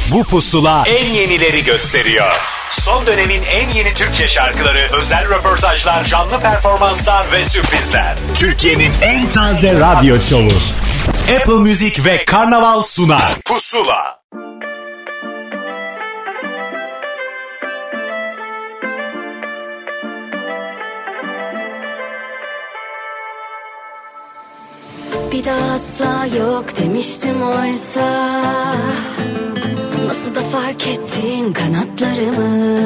Bu pusula en yenileri gösteriyor. Son dönemin en yeni Türkçe şarkıları, özel röportajlar, canlı performanslar ve sürprizler. Türkiye'nin en taze radyo şovu. Apple Music ve Karnaval sunar. Pusula. Bir daha asla yok demiştim oysa. Nasıl da fark ettin kanatlarımı.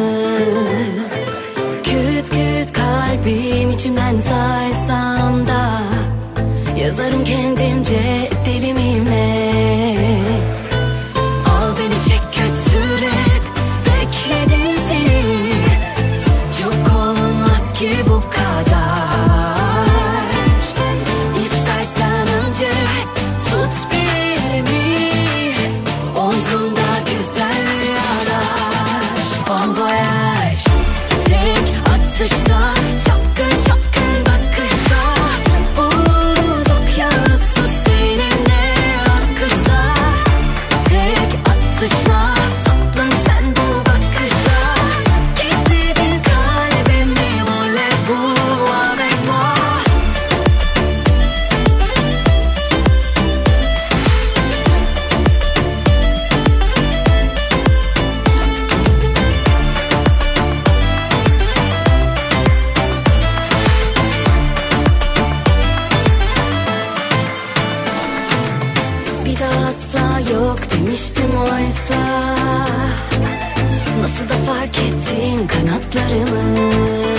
Küt küt kalbim içimden saysam da yazarım kendimce deli miyim ne? Al beni çek götür hep bekledim seni. Çok olmaz ki bu kadar. İstersen önce tut bir elimi. Omzumda güzel rüyalar. Bon voyage. Tek atışta çapkın çapkın bakışta. Uğuruz okyanusu seninle akışta. Tek atışla tatlım sen bu bakışta. Kilitledin kalbimi voulez-vous avec moi. Bir daha asla yok demiştim oysa. Nasıl da fark ettin kanatlarımı.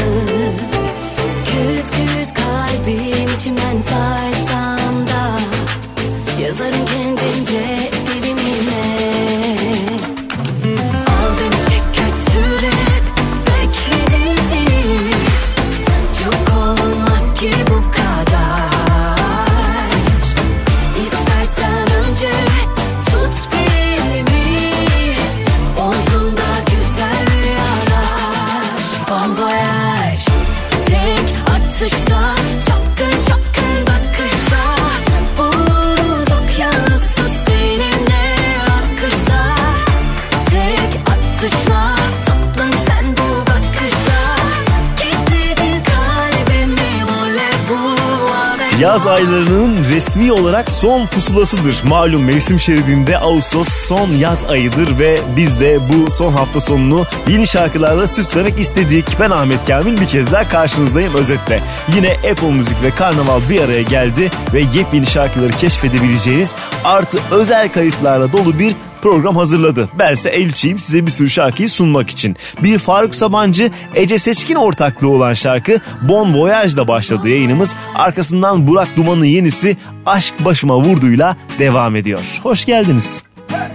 Küt küt kalbim içimden saysam da yazarım kendimce deli miyim ne? Al beni çek götür hep bekledim seni. Çok olmaz ki bu kadar. İstersen önce tut bir elimi. Omzumda güzel rüyalar. Bon voyage. Tek atışta çapkın çapkın bakışta. Uğuruz okyanusu seninle akışta. Tek atışla tatlım sen bu bakışta. Kilitledin kalbimi voulez-vous avec moi. Yaz aylarının resmi olarak son pusulasıdır. Malum mevsim şeridinde Ağustos son yaz ayıdır ve biz de bu son hafta sonunu yeni şarkılarla süslemek istedik. Ben Ahmet Kamil, bir kez daha karşınızdayım özetle. Yine Apple Music ve Karnaval bir araya geldi ve yepyeni şarkıları keşfedebileceğiniz artı özel kayıtlarla dolu bir program hazırladı. Bense elçiyim size bir sürü şarkıyı sunmak için. Bir Faruk Sabancı, Ece Seçkin ortaklığı olan şarkı Bon Voyage'da başladı yayınımız. Arkasından Burak Duman'ın yenisi Aşk Başıma Vurdu'yla devam ediyor. Hoş geldiniz.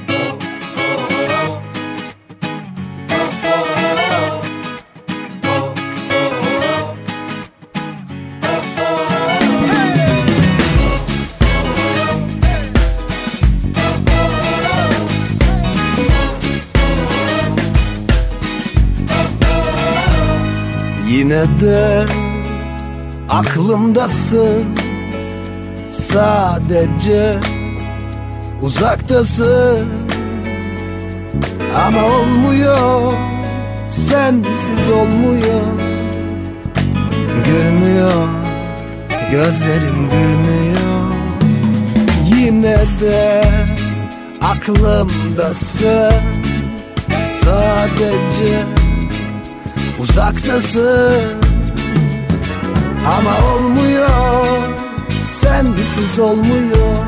Yine de aklımdasın, sadece uzaktasın. Ama olmuyor, sensiz olmuyor. Gülmüyor, gözlerim gülmüyor. Yine de aklımdasın, sadece uzaktasın. Ama olmuyor, sensiz olmuyor.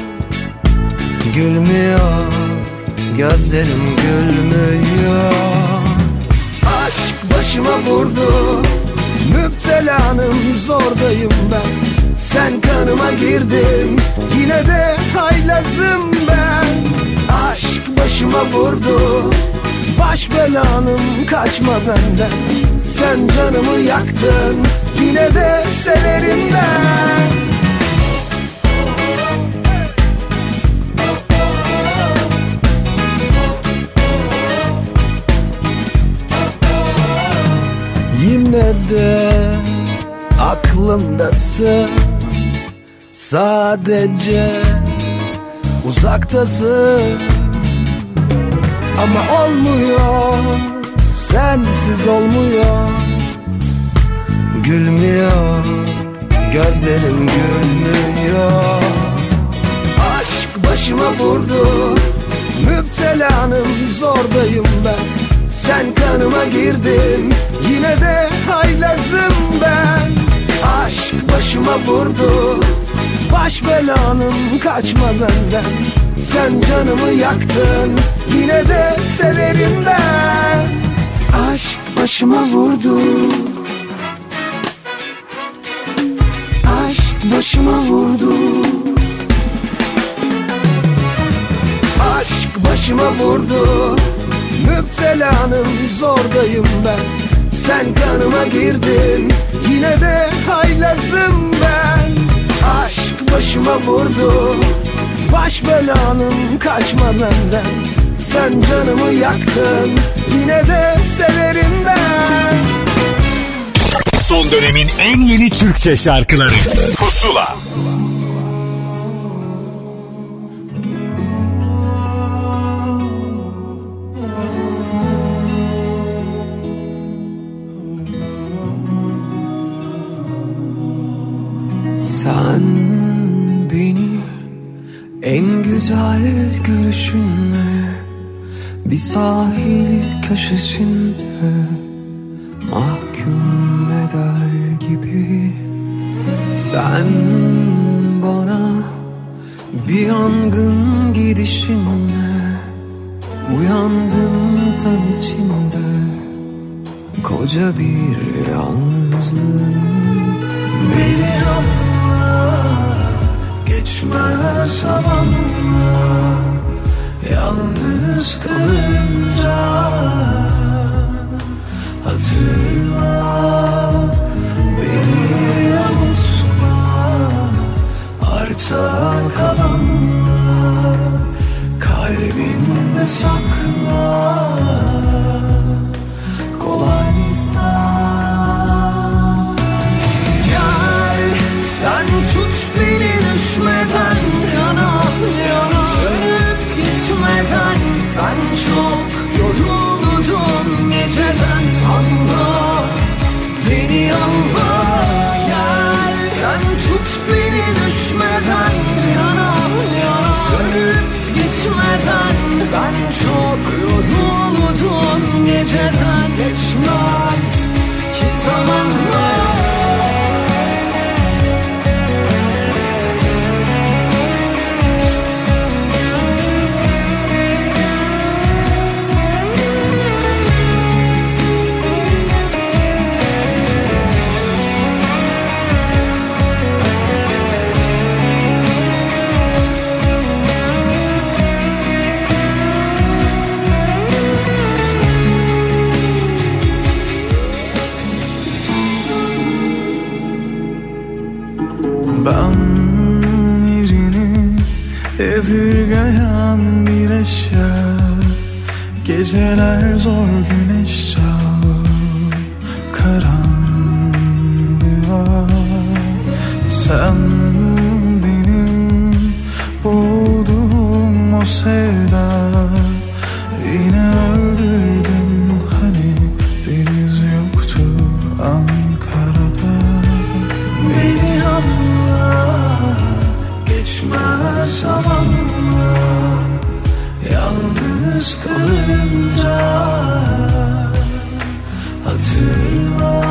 Gülmüyor, gözlerim gülmüyor. Aşk başıma vurdu, müptelanım, zordayım ben. Sen kanıma girdin, yine de haylazım ben. Aşk başıma vurdu, baş belanım, kaçma benden. Sen canımı yaktın, yine de severim ben. Yine de aklımdasın, sadece uzaktasın. ama olmuyor, sensiz olmuyor. Gülmüyor, gözlerim gülmüyor. Aşk başıma vurdu, müptelanım, zordayım ben. Sen kanıma girdin, yine de haylazım ben. Aşk başıma vurdu, baş belanım, kaçma benden. Sen canımı yaktın, yine de severim ben. Aşk başıma vurdu, aşk başıma vurdu. Aşk başıma vurdu, müptelanım, zordayım ben. Sen kanıma girdin, yine de haylazım ben. Aşk başıma vurdu, baş belanım, kaçma benden. Sen canımı yaktın, yine de severim ben. Son dönemin en yeni Türkçe şarkıları Pusula. Sen beni en güzel gülüşünle bir sahil köşesinde mahkum eder gibi. Sen bana bir yangın gidişinle uyandım tam içinde koca bir yalnızlığın. Beni anla, geçmez zamanla, yalnız kalınca hatırla, beni unutma, arta kalanla kalbinde sakla, kolaysa. Sen tut beni düşmeden, yana yana sönüp gitmeden. Ben çok yoruldum geceden, anla beni, anla gel. Sen tut beni düşmeden, yana yana sönüp gitmeden. Ben çok yoruldum geceden, geçmez ki zamanla. Ben yerini edirgeyen bir eşya, geceler zor güneş çağır karanlığa. Sen benim bulduğum o sevda, yine öldürdün hani deniz yoktu Ankara'da. Beni anla, geçmez zamanla, yalnız kalınca hatırla,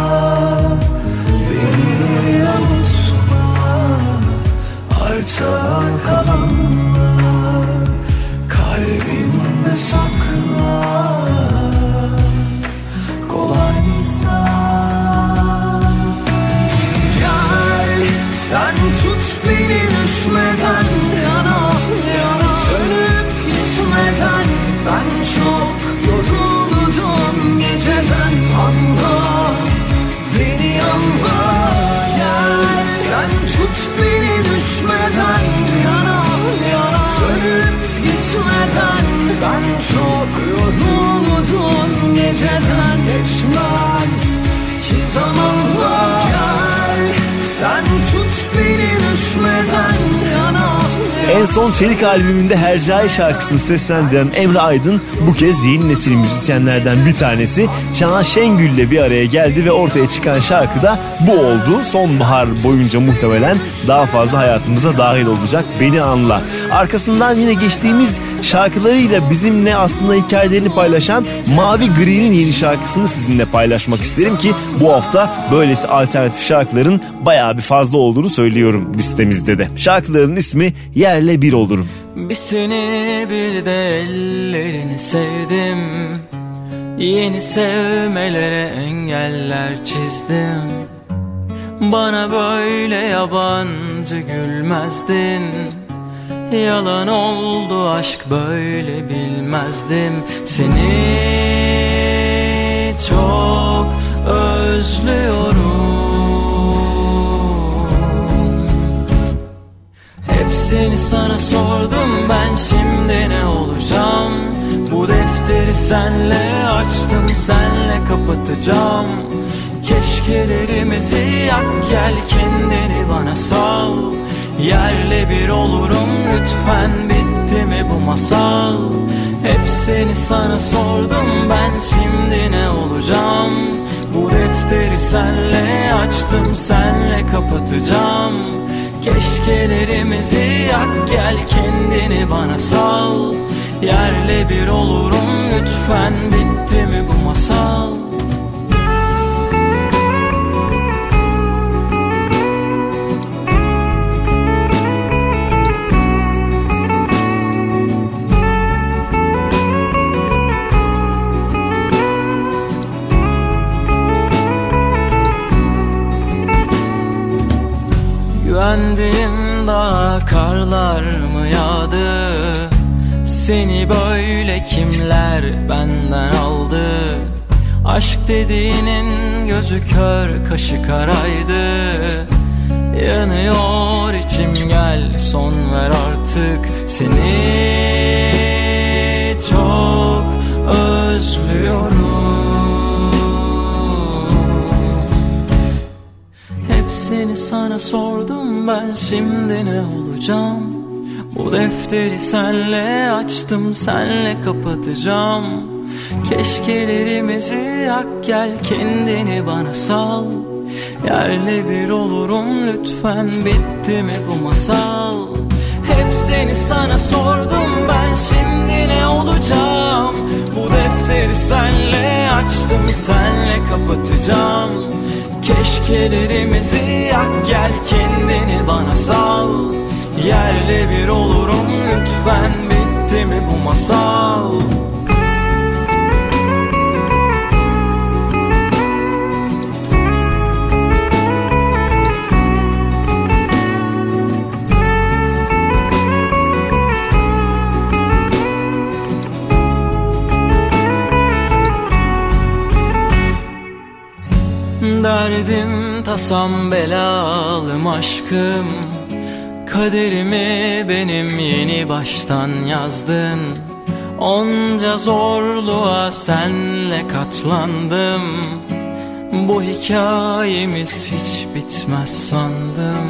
beni unutma, arta kalanla kalbinde sakla, kolaysa. Sen tut beni düşmeden, yana yana sönüp gitmeden. Ben çok yoruldum geceden, anla beni, anla gel. Sen tut beni düşmeden, yana yana sönüp gitmeden. Ben çok yoruldum geceden, geçmez ki zamanla gel. Sen tut beni düşmeden, yana En son Çelik albümünde Hercai şarkısını seslendiren Emre Aydın bu kez yeni nesil müzisyenlerden bir tanesi. Çağan Şengül'le bir araya geldi ve ortaya çıkan şarkı da bu oldu. Sonbahar boyunca muhtemelen daha fazla hayatımıza dahil olacak Beni Anla. Arkasından yine geçtiğimiz şarkılarıyla bizimle aslında hikayelerini paylaşan Mavi Gri'nin yeni şarkısını sizinle paylaşmak isterim ki bu hafta böylesi alternatif şarkıların bayağı bir fazla olduğunu söylüyorum listemizde de. Şarkıların ismi Yerle Bir Olurum. Bir seni bir de ellerini sevdim, yeni sevmelere engeller çizdim. Bana böyle yabancı gülmezdin, yalan oldu aşk böyle bilmezdim. Seni çok özlüyorum. Hepsini sana sordum, ben şimdi ne olacağım? Bu defteri senle açtım, senle kapatacağım. Keşkelerimizi yak, gel kendini bana sal. Yerle bir olurum lütfen, bitti mi bu masal? Hepsini sana sordum, ben şimdi ne olacağım? Bu defteri senle açtım, senle kapatacağım. Keşkelerimizi yak, gel kendini bana sal. Yerle bir olurum lütfen, bitti mi bu masal? Güvendiğim daha karlar mı yağdı? Seni böyle kimler benden aldı? Aşk dediğinin gözü kör, kaşı karaydı. Yanıyor içim, gel son ver artık. Seni çok özlüyorum. Hepsini sana sordum, ben şimdi ne olacağım? Bu defteri senle açtım, senle kapatacağım. Keşkelerimizi yak, gel kendini bana sal. Yerle bir olurum lütfen, bitti mi bu masal? Hepsini sana sordum, ben şimdi ne olacağım? Bu defteri senle açtım, senle kapatacağım. Keşkelerimizi yak, gel kendini bana sal. Yerle bir olurum lütfen, bitti mi bu masal? Derdim tasam belalım aşkım, kaderimi benim yeni baştan yazdın. Onca zorluğa senle katlandım, bu hikayemiz hiç bitmez sandım.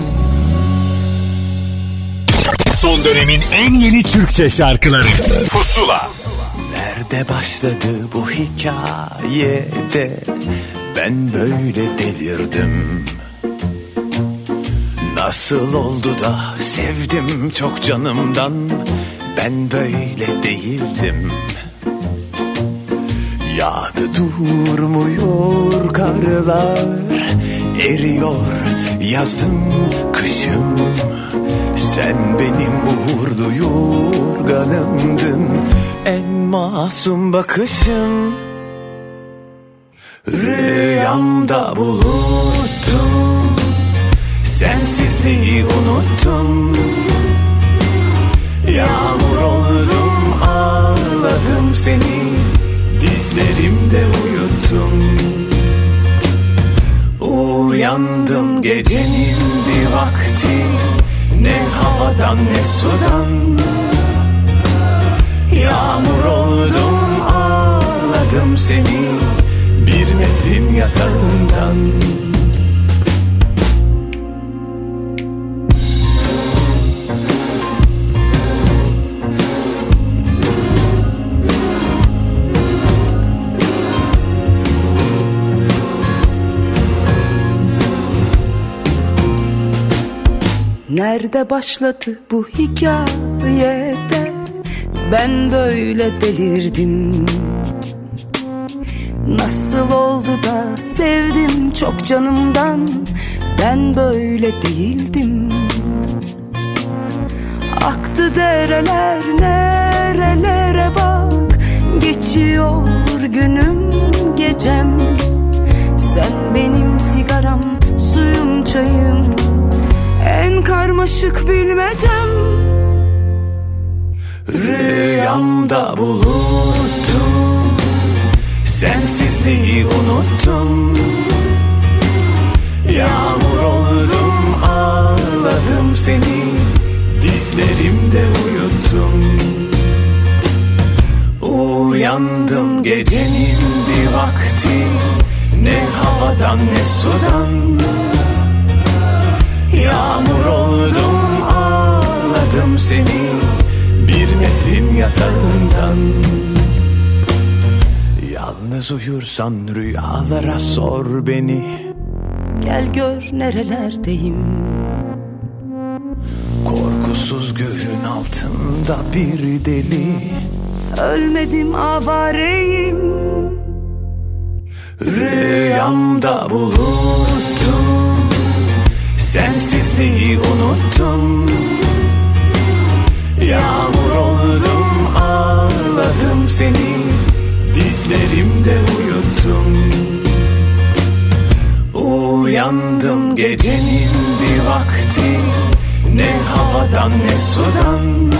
Son dönemin en yeni Türkçe şarkıları Pusula. Nerede başladı bu hikayede ben böyle delirdim? Nasıl oldu da sevdim çok canımdan, ben böyle değildim. Yağdı durmuyor karlar, eriyor yazım kışım. Sen benim uğurlu yorganımdın, en masum bakışım. Rüyamda buluttum, sensizliği unuttum. Yağmur oldum, ağladım seni, dizlerimde uyuttum. Uyandım gecenin bir vakti, ne havadan ne sudan. Yağmur oldum, ağladım seni, bir nehrin yatağından. Nerede başladı bu hikayede ben böyle delirdim? Nasıl oldu da sevdim çok canımdan, ben böyle değildim. Aktı dereler nerelere bak, geçiyor günüm gecem. Sen benim sigaram, suyum, çayım, en karmaşık bilmecem. Rüyamda buluttum, sensizliği unuttum. Yağmur oldum, ağladım seni, dizlerimde uyuttum. Uyandım gecenin bir vakti, ne havadan ne sudan. Yağmur oldum, ağladım seni, bir nehrin yatağından. Yalnız uyursan rüyalara sor beni. Gel gör nerelerdeyim. Korkusuz göğün altında bir deli. Ölmedim, avareyim. Rüyamda buluttum, sensizliği unuttum. Yağmur oldum, ağladım seni, dizlerimde uyuttum. Uyandım gecenin bir vakti, ne havadan ne sudan.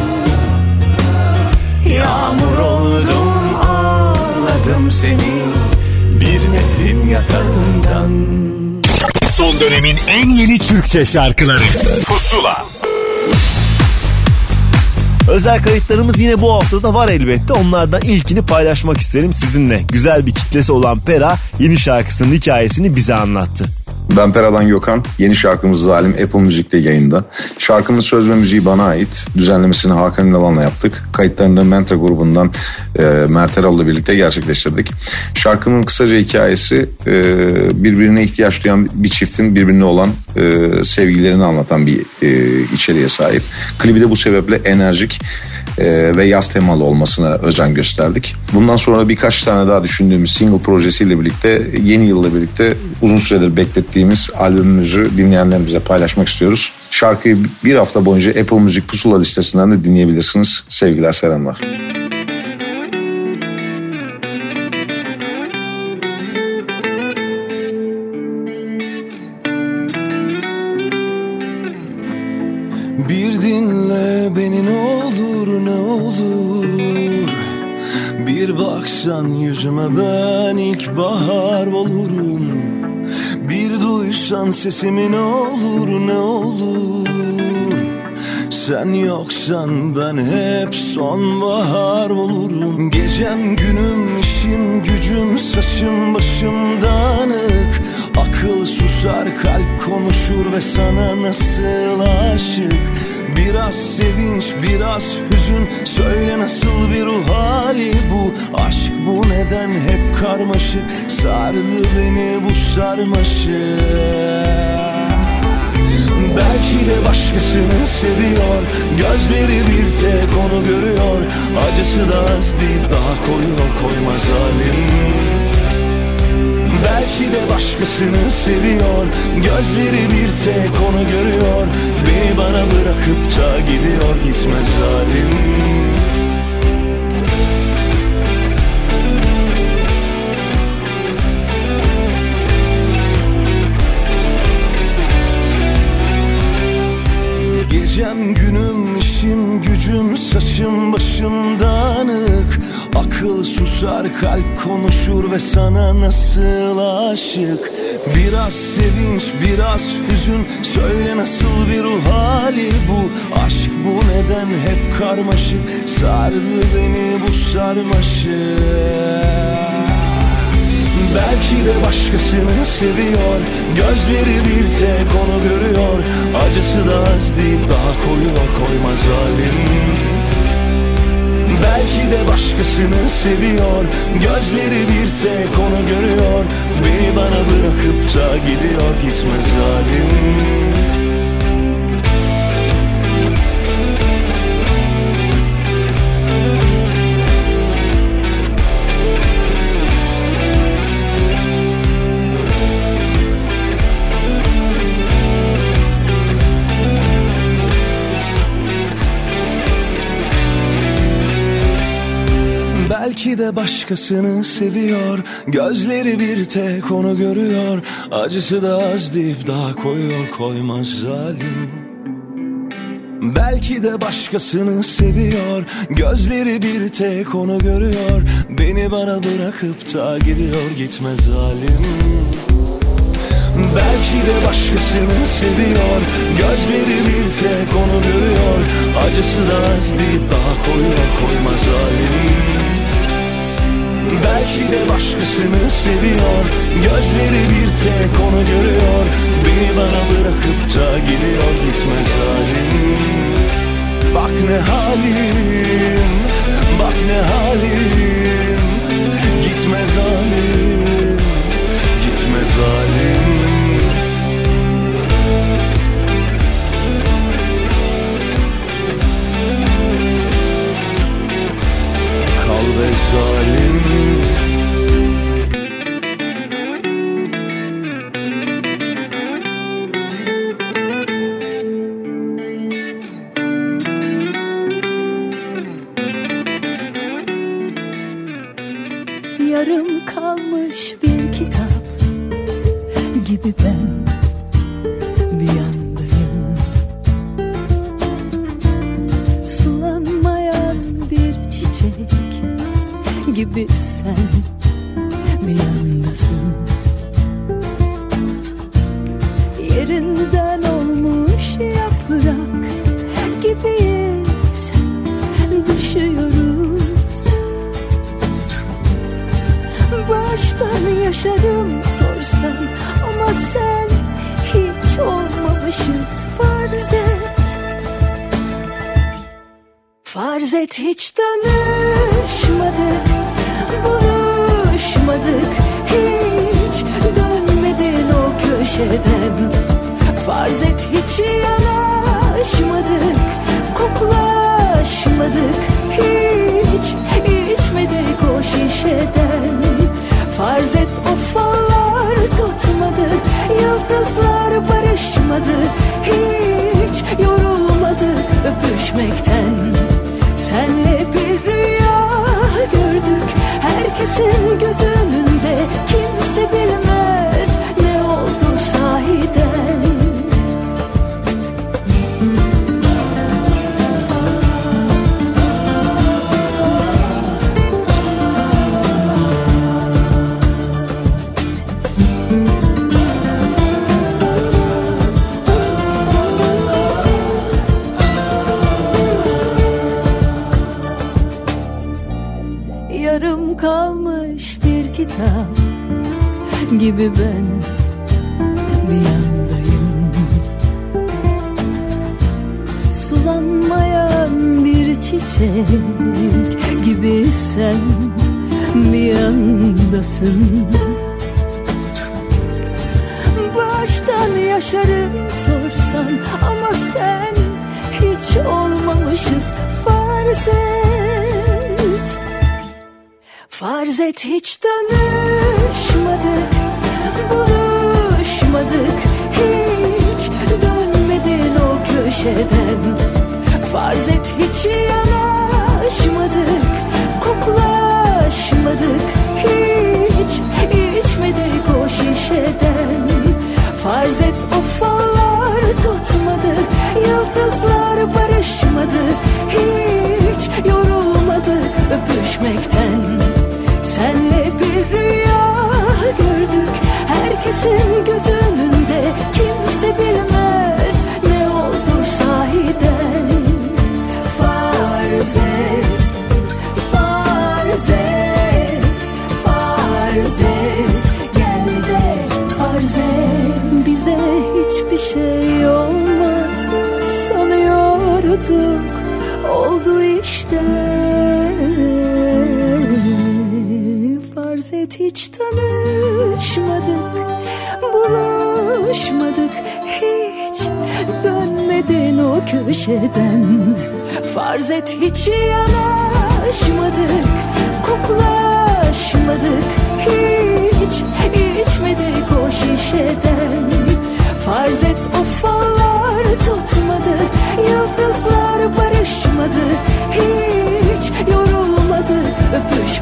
Yağmur oldum, ağladım seni, bir nehrin yatağından. Son dönemin en yeni Türkçe şarkıları Pusula. Özel kayıtlarımız yine bu haftada var elbette. Onlardan ilkini paylaşmak isterim sizinle. Güzel bir kitlesi olan Pera yeni şarkısının hikayesini bize anlattı. Ben Pera'dan Gökhan. Yeni şarkımız Zalim Apple Müzik'te yayında. Şarkının söz ve müziği bana ait. Düzenlemesini Hakan Ünalan'la yaptık. Kayıtlarını Mentra grubundan Mert Eral'la birlikte gerçekleştirdik. Şarkının kısaca hikayesi birbirine ihtiyaç duyan bir çiftin birbirine olan sevgilerini anlatan bir içeriğe sahip. Klibi de bu sebeple enerjik ve yaz temalı olmasına özen gösterdik. Bundan sonra birkaç tane daha düşündüğümüz single projesiyle birlikte yeni yılla birlikte uzun süredir beklettiğimiz albümümüzü dinleyenlerimize paylaşmak istiyoruz. Şarkıyı bir hafta boyunca Apple Müzik Pusula listesinden de dinleyebilirsiniz. Sevgiler, selamlar. Bir dinle beni ne olur ne olur. Bir baksan yüzüme ben ilkbahar olurum. Bir duysan sesimi ne olur ne olur. Sen yoksan ben hep sonbahar olurum. Gecem günüm işim gücüm saçım başım dağınık. Akıl susar kalp konuşur ve sana nasıl aşık. Biraz sevinç biraz hüzün söyle nasıl bir ruh hali bu. Aşk bu neden hep karmaşık sardı beni bu sarmaşık. Belki de başkasını seviyor, gözleri bir tek onu görüyor. Acısı da az değil daha koyuyor koymaz halim. Belki de başkasını seviyor, gözleri bir tek onu görüyor. Beni bana bırakıp da gidiyor gitmez halim. Gecem günüm işim gücüm saçım başım dağınık. Akıl susar kalp konuşur ve sana nasıl aşık. Biraz sevinç biraz hüzün söyle nasıl bir ruh hali bu. Aşk bu neden hep karmaşık sardı beni bu sarmaşık. Belki de başkasını seviyor, gözleri bir tek onu görüyor. Acısı da az değil daha koyuyor koymaz halim. Belki de başkasını seviyor, gözleri bir tek onu görüyor. Beni bana bırakıp da gidiyor gitmez halim. Belki de başkasını seviyor, gözleri bir tek onu görüyor. Acısı da az deyip daha koyuyor, koymaz zalim. Belki de başkasını seviyor, gözleri bir tek onu görüyor. Beni bana bırakıp da gidiyor, gitme zalim. Belki de başkasını seviyor, gözleri bir tek onu görüyor. Acısı da az deyip daha koyuyor, koymaz zalim. Belki de başkasını seviyor, gözleri bir tek onu görüyor. Beni bana bırakıp da gidiyor, gitme zalim. Bak ne halim, bak ne halim. Gitme zalim, gitme zalim. Kal be zalim. Yarım kalmış bir kitap gibi ben bir yandayım. Sulanmayan bir çiçek gibi sen bir yandasın. Yerinden olmuş yaprak gibiyiz, düşüyoruz. Baştan yaşarım sorsan ama sen hiç olmamışız. Farz et, farz et hiç tanışmadık, buluşmadık, hiç dönmedin o köşeden. Farz et hiç yanaşmadık, koklaşmadık, hiç içmedik o şişeden. Farz et o fallar tutmadı, yıldızlar barışmadı, hiç yorulmadık öpüşmekten. Senle bir rüya gördük, herkesin göz önünde, kimse bilmez ne oldu sahiden. Yarım kalmış bir kitap gibi ben bir yandayım. Sulanmayan bir çiçek gibi sen bir yandasın. Baştan yaşarım sorsan ama sen hiç olmamışız. Farz et, farz et hiç tanışmadık, buluşmadık, hiç dönmedin o köşeden. Farz et hiç yanaşmadık, koklaşmadık, hiç içmedik o şişeden. Farz et o fallar tutmadı, yıldızlar barışmadı, hiç yorulmadık öpüşmekten. Senle bir rüya gördük, herkesin göz önünde, kimse bilmez ne oldu sahiden. Farz et, farz et, farz et, gel de farz et. Bize hiçbir şey olmaz sanıyorduk, oldu işte. Farz et hiç tanışmadık, buluşmadık, hiç dönmedin o köşeden. Farz et hiç yanaşmadık, koklaşmadık, hiç içmedik o şişeden. Farz et o fallar tutmadı, yıldızlar barışmadı, hiç yorulmadık öpüşmekten.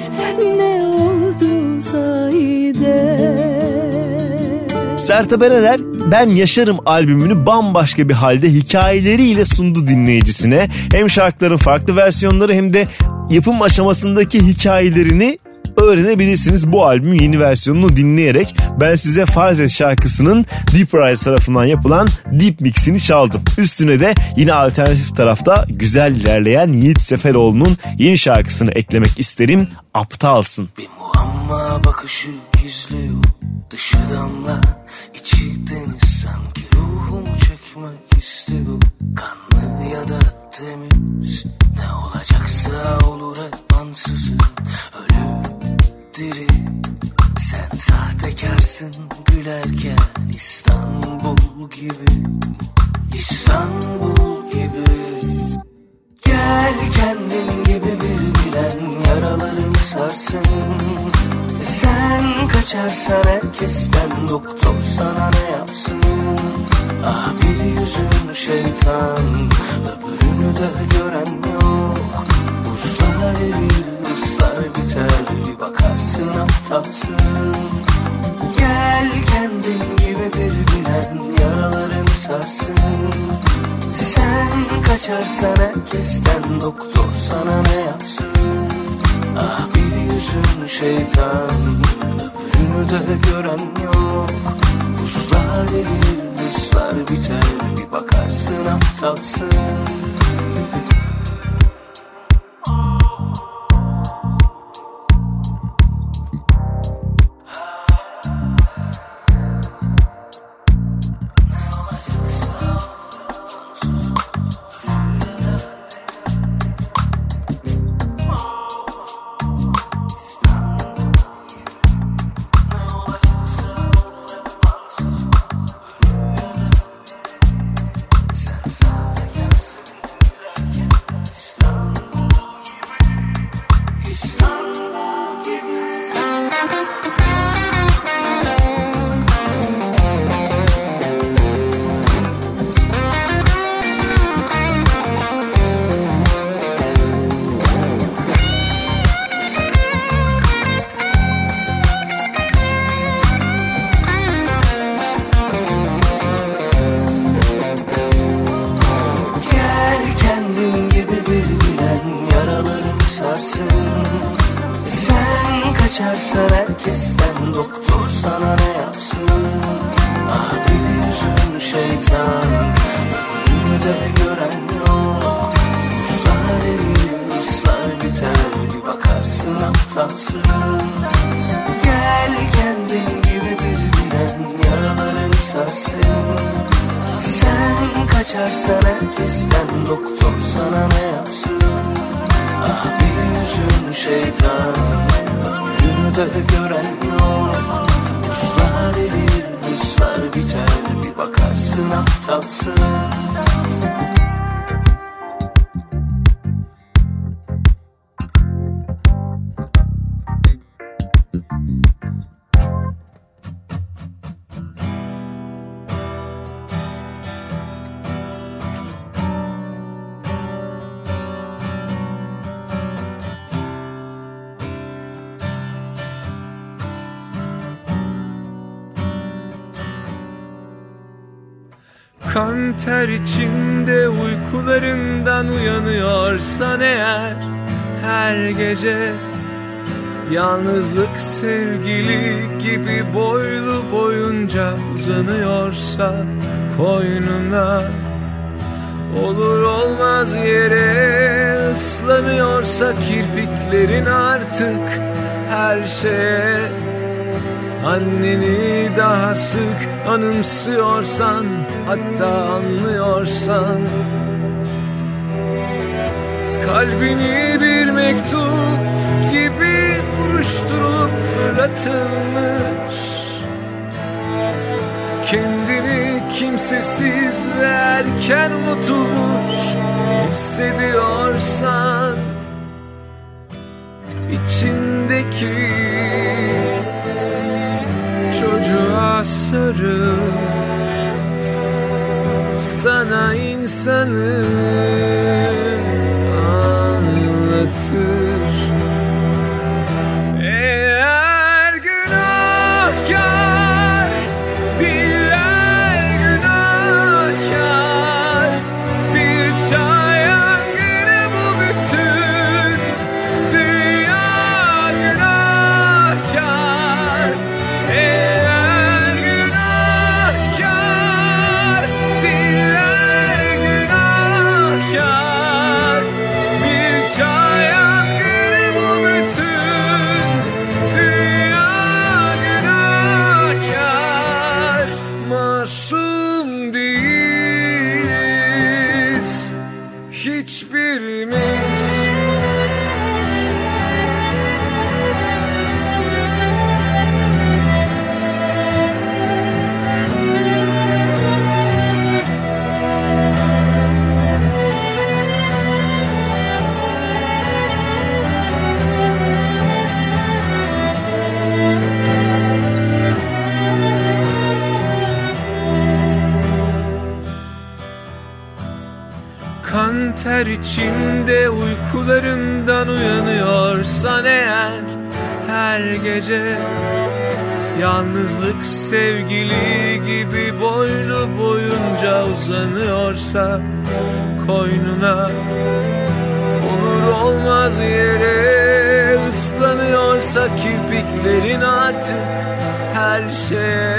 ne oldu zahide? Sertab Erener Ben Yaşarım albümünü bambaşka bir halde hikayeleriyle sundu dinleyicisine. Hem şarkıların farklı versiyonları hem de yapım aşamasındaki hikayelerini öğrenebilirsiniz bu albümün yeni versiyonunu dinleyerek. Ben size Farz Et şarkısının Deep Rise tarafından yapılan Deep Mix'ini çaldım. Üstüne de yine alternatif tarafta güzel ilerleyen Yiğit Seferoğlu'nun yeni şarkısını eklemek isterim. Aptalsın. Bir muamma bakışı gizliyor, dışı damla, içi deniz, sanki ruhumu çekmek istiyor. Kanlı ya da temiz, ne olacaksa olur hep ansızın. Ölü diri, sen sahtekarsın gülerken. İstanbul gibi, İstanbul gibi. Gel kendin gibi bir bilen, yaralarımı sarsın. Sen kaçarsan herkesten, doktor sana ne yapsın? Ah bir yüzün şeytan, öbürünü de gören yok. Buzlar erir, ıslar biter, bir bakarsın aptalsın. Gel kendin gibi bir bilen, yaralarını sarsın. Sen kaçarsan herkesten, doktor sana ne yapsın? Ah bir yüzün şeytan, öbürünü de gören yok. Buzlar erir, ıslar biter, bir bakarsın aptalsın. Kan ter içinde uykularından uyanıyorsan eğer, her gece yalnızlık sevgili gibi boylu boyunca uzanıyorsa koynuna, olur olmaz yere ıslanıyorsa kirpiklerin artık her şeye, anneni daha sık anımsıyorsan, hatta anlıyorsan, kalbini bir mektup gibi buruşturup fırlatılmış, kendini kimsesiz ve erken unutulmuş hissediyorsan, içindeki çocuğa sarıl, sana insanı anlatır. masum değiliz hiçbirimiz. Kan ter içinde uykularından uyanıyorsan eğer, her gece yalnızlık sevgili gibi boylu boyunca uzanıyorsa koynuna, olur olmaz yere ıslanıyorsa kirpiklerin artık her şeye,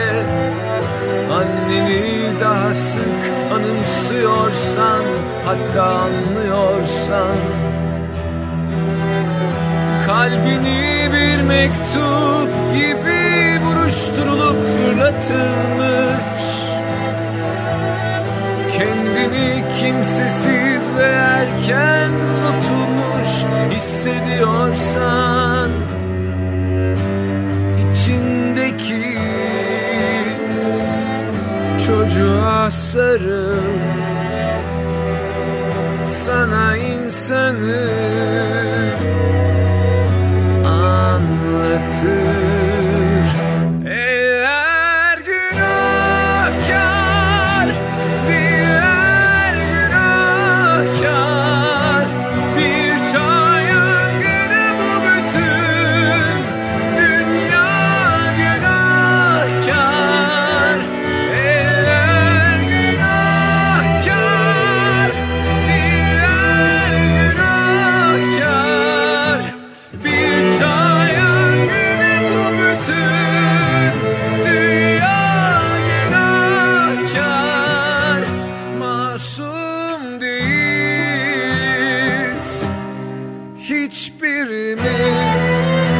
anneni daha sık anımsıyorsan, hatta anlıyorsan, kalbini bir mektup gibi buruşturulup fırlatılmış, kendini kimsesiz ve erken unutulmuş hissediyorsan, içindeki çocuğa sarıl, sana insanı anlatır. Eller günahkar, diller günahkar, bir çay yangını bu bütün dünya günahkar. Eller günahkar, diller günahkar, bir çay yangını bu bütün dünya günahkar. Masum değiliz hiçbirimiz.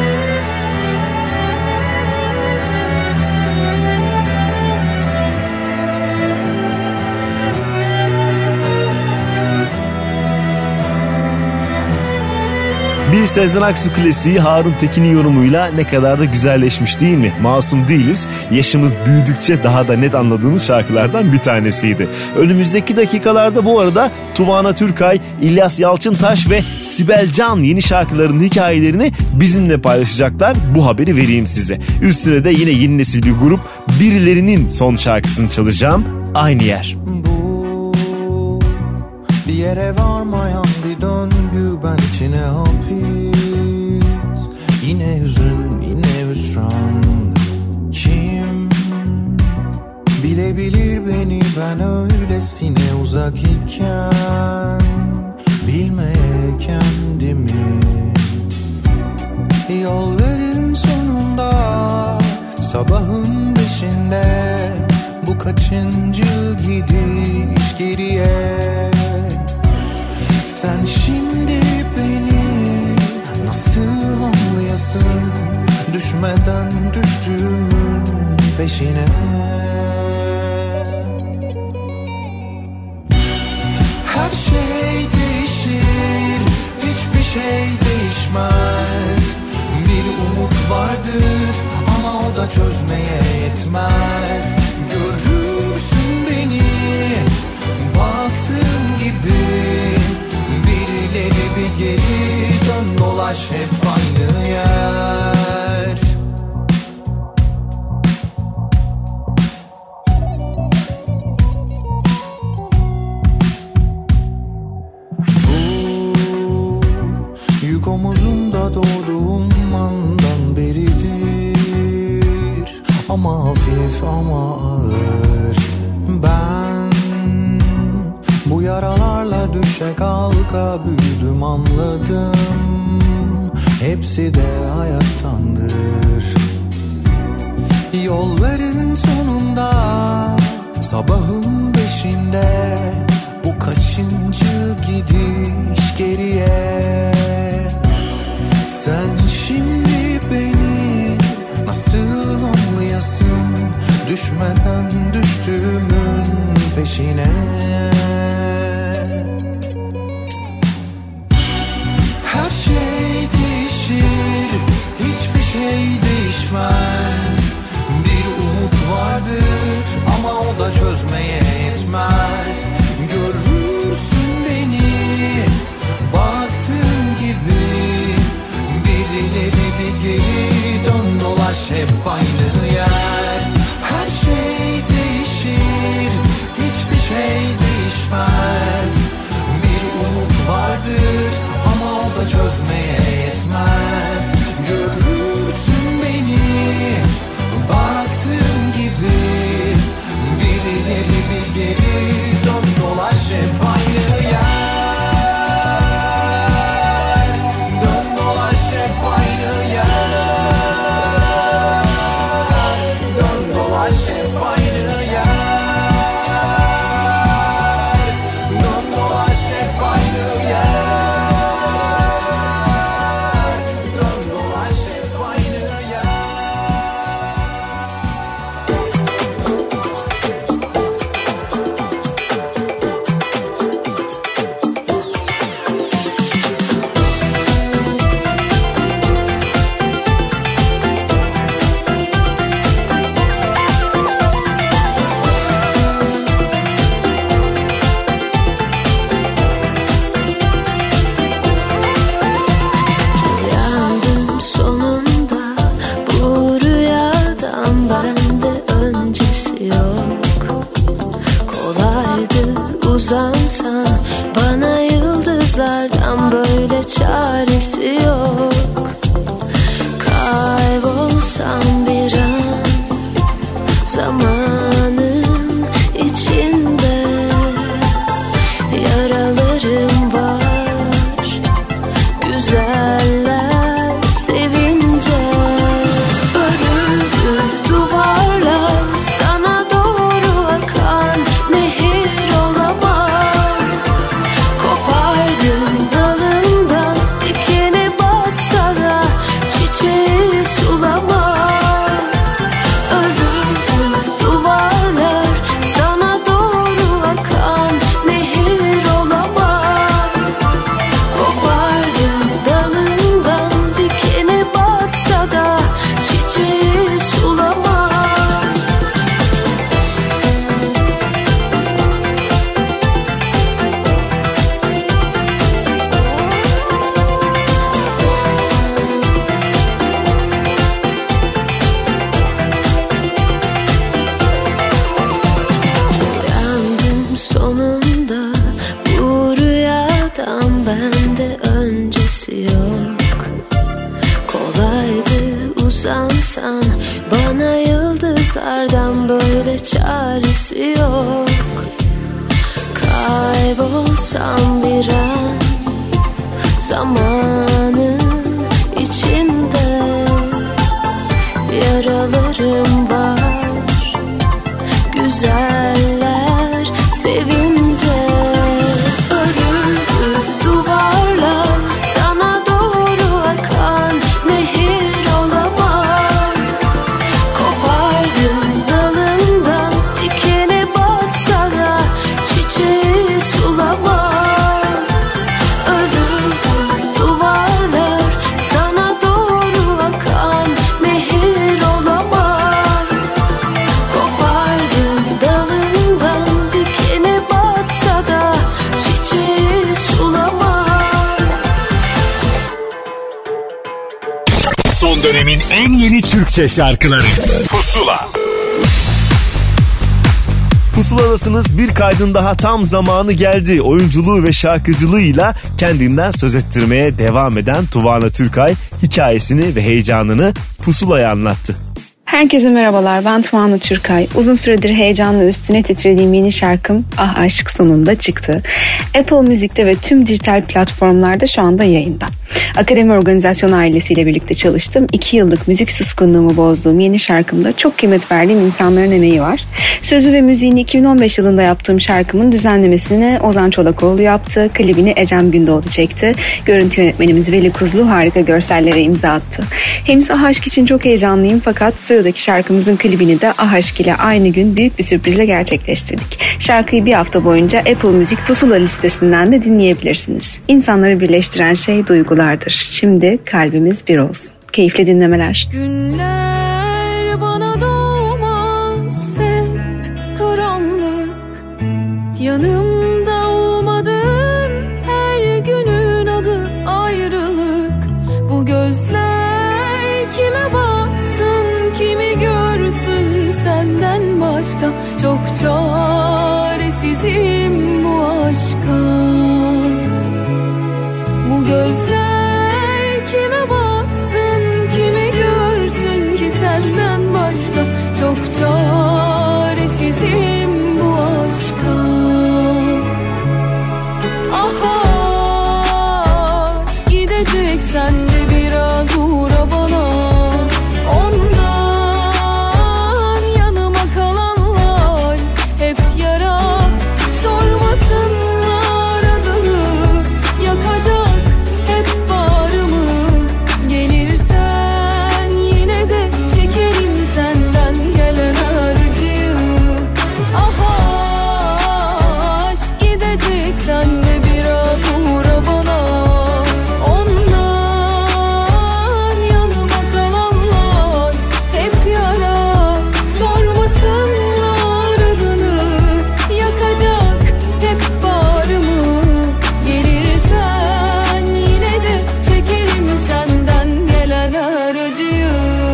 Bir Sezen Aksu klasiği Harun Tekin'in yorumuyla ne kadar da güzelleşmiş değil mi? Masum değiliz. Yaşımız büyüdükçe daha da net anladığımız şarkılardan bir tanesiydi. Önümüzdeki dakikalarda bu arada Tuvana Türkay, İlyas Yalçıntaş ve Sibel Can yeni şarkıların hikayelerini bizimle paylaşacaklar. Bu haberi vereyim size. Üstüne de yine yeni nesil bir grup Birilerinin son şarkısını çalacağım. Aynı yer. Bir yere varmayan bir döngü, ben içine hapis. Yine hüzün, yine hüsran. Kim bilebilir beni, ben öylesine uzak iken, bilmeye kendimi. Yolların sonunda, sabahın beşinde, bu kaçıncı gidiş geriye. Sen şimdi beni nasıl anlayasın, düşmeden düştüğümün peşine. Her şey değişir, hiçbir şey değişmez. Bir umut vardır ama o da çözmeye yetmez. Görürsün beni baktığım gibi, birileri bir geri dön dolaş hep aynı yer. Bu yük omuzumda doğduğum andan beridir, ama hafif ama ağır. Ben bu yaralarla düşe kalka büyüdüm, anladım. Hepsi de hayattandır. Yolların sonunda, sabahın beşinde, bu kaçıncı gidiş geriye. Sen şimdi beni nasıl anlayasın, düşmeden düştüğümün peşine. Her şey değişir, hiçbir şey değişmez. Bir umut vardır ama o da çözmeye yetmez. Görürsün beni baktığın gibi, birileri bir geri dön dolaş hep aynı yer. Her şey değişir, hiçbir şey değişmez. Bir umut vardır ama o da çözmeye yetmez. Görürsün beni baktığın gibi, birileri bir geri dön dolaş hep aynı yer. Dön dolaş hep aynı yer. Dön dolaş hep aynı yer. Dön dolaş hep aynı yer. Dön dolaş hep aynı yer. Uyandım sonunda, bu rüyadan bende öncesi yok. Kolaydı uzansan bana, yıldızlardan böyle çaresi yok. Kaybolsam bir an zamanın içinde, yaralarım var, güzeller sevince. Örüldü duvarlar, sana doğru akan nehir olamam. Kopardım dalından, dikeni batsa da çiçeği sulamam. Örüldü duvarlar, sana doğru akan nehir olamam. Kopardım dalından, dikeni batsa da çiçeği sulamam. Uyandım sonunda, bu rüyadan bende öncesi yok. Kolaydı uzansan bana, yıldızlardan böyle çaresi yok. Kaybolsam bir an zamanın içinde, yaralarım var, güzeller sevince. Örüldü duvarlar, sana doğru akan nehir olamam. Kopardım dalından, dikeni batsa da çiçeği sulamam. Örüldü duvarlar, sana doğru akan nehir olamam. Kopardım dalından, dikeni batsa da çiçeği sulamam. Son dönemin en yeni Türkçe şarkıları Pusula. Pusuladasınız, bir kaydın daha tam zamanı geldi. Oyunculuğu ve şarkıcılığıyla kendinden söz ettirmeye devam eden Tuvana Türkay hikayesini ve heyecanını Pusula'ya anlattı. Herkese merhabalar, ben Tuvana Türkay. Uzun süredir heyecanla üstüne titrediğim yeni şarkım Ah Aşk sonunda çıktı. Apple Müzik'te ve tüm dijital platformlarda şu anda yayında. Akademi Organizasyon ailesiyle birlikte çalıştım. 2 yıllık müzik suskunluğumu bozduğum yeni şarkımda çok kıymet verdiğim insanların emeği var. Sözü ve müziğini 2015 yılında yaptığım şarkımın düzenlemesini Ozan Çolakoğlu yaptı. Klibini Ecem Gündoğdu çekti. Görüntü yönetmenimiz Veli Kuzlu harika görsellere imza attı. Henüz Aşk için çok heyecanlıyım fakat sıradaki şarkımızın klibini de Aşk ile aynı gün büyük bir sürprizle gerçekleştirdik. Şarkıyı bir hafta boyunca Apple Müzik Pusula listesinden de dinleyebilirsiniz. İnsanları birleştiren şey duygulardır. Şimdi kalbimiz bir olsun. Keyifli dinlemeler. Günler bana doğmaz hep karanlık. Yanımda olmadın, her günün adı ayrılık. Bu gözler kime baksın, kimi görsün senden başka. Çok çaresizim bu aşka. Bu gözler kime baksın, kimi görsün ki senden başka. Çok çaresizim bu aşka. Ah aşk gidecek, sen de biraz uğra bana. Ondan yanıma kalanlar hep yara. Sormasınlar adını, yakacak hep bağrımı. Gelirsen yine de çekerim senden gelen acıyı. Ah aşk gidecek, sen de biraz uğra bana. Ondan yanıma kalanlar hep yara. Sormasınlar adını, yakacak hep bağrımı. Gelirsen yine de çekerim senden gelen acıyı.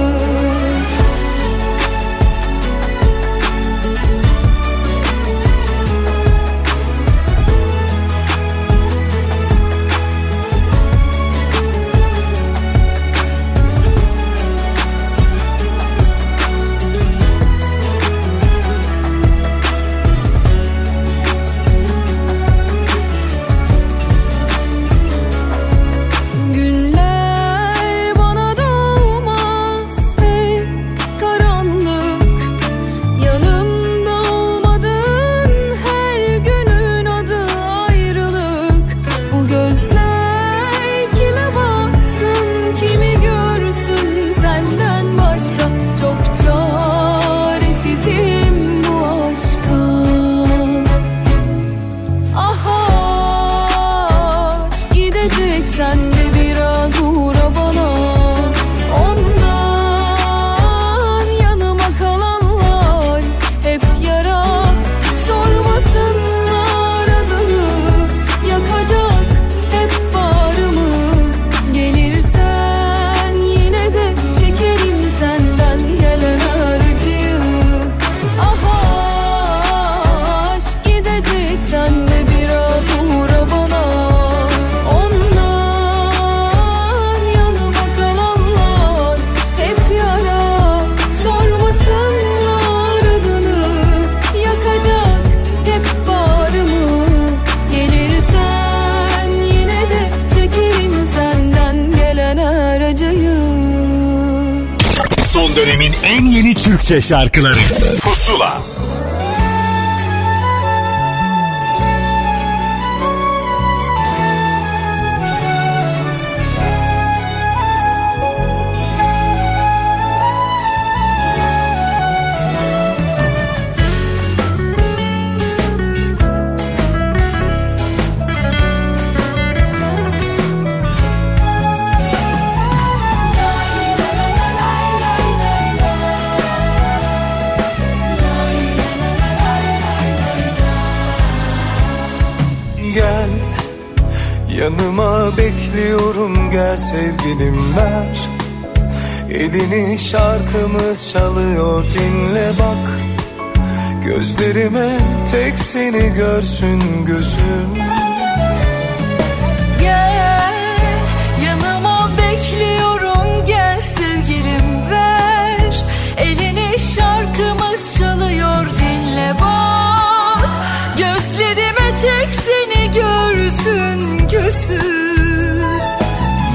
Günler bana doğmaz hep karanlık. Yanımda olmadın, her günün adı ayrılık. Bu gözler kime baksın, kimi görsün senden başka. Çok çaresizim bu aşka. Ah aşk gidecek, sen de biraz uğra bana. Ondan yanıma kalanlar hep yara. Sormasınlar adını, yakacak hep bağrımı. Gelirsen yine de çekerim senden gelen acıyı. Ah aşk gidecek, sen de biraz uğra bana. Ondan yanıma kalanlar hep yara. Sormasınlar adını, yakacak hep bağrımı. Gelirsen yine de çekerim senden gelen acıyı. Son dönemin en yeni Türkçe şarkıları Pusula. Gel yanıma, bekliyorum, gel sevgilim ver. Elini, şarkımız çalıyor, dinle bak. Gözlerime tek seni görsün gözüm. Gel yanıma, bekliyorum, gel sevgilim ver. Elini, şarkımız çalıyor, dinle bak. Gözlerime tek seni görsün gözüm.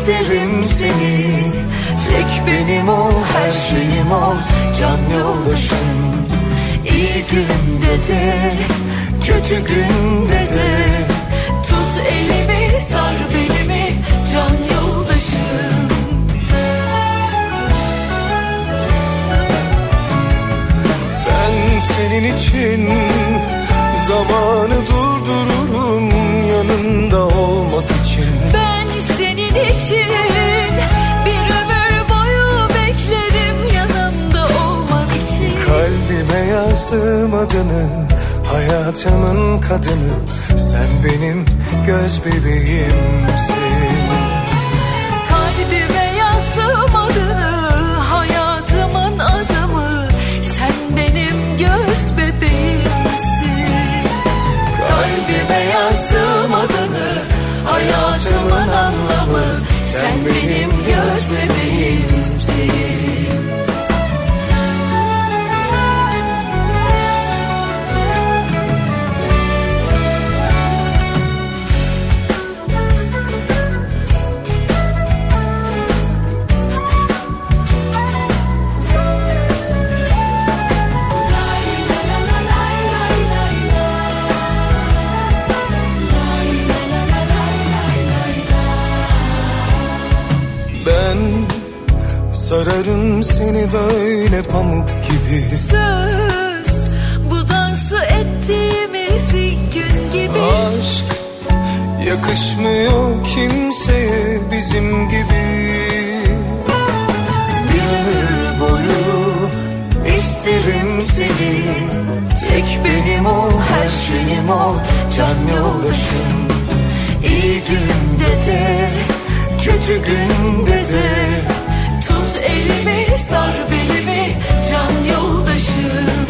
İsterim seni, tek benim ol, her şeyim ol, can yoldaşım. İyi günde de, kötü günde de, tut elimi, sar belimi, can yoldaşım. Ben senin için zamanı durdururum, yanında olmak için. Ben senin için bir ömür boyu beklerim, yanımda olmak için. Kalbime yazdım adını, hayatımın kadını, sen benim göz bebeğimsin. Kalbime yazdım adını, hayatımın adamı, sen benim göz bebeğimsin. Kalbime yazdım adını, hayatımın anlamı, sen benim göz bebeğimsin. Sararım seni böyle pamuk gibi. Söz, bu dansı ettiğimiz ilk gün gibi. Aşk yakışmıyor kimseye bizim gibi. Bir ömür boyu isterim seni, tek benim ol, her şeyim ol, can yoldaşım. İyi günde de, kötü günde de, tut elimi, sar belimi, can yoldaşım.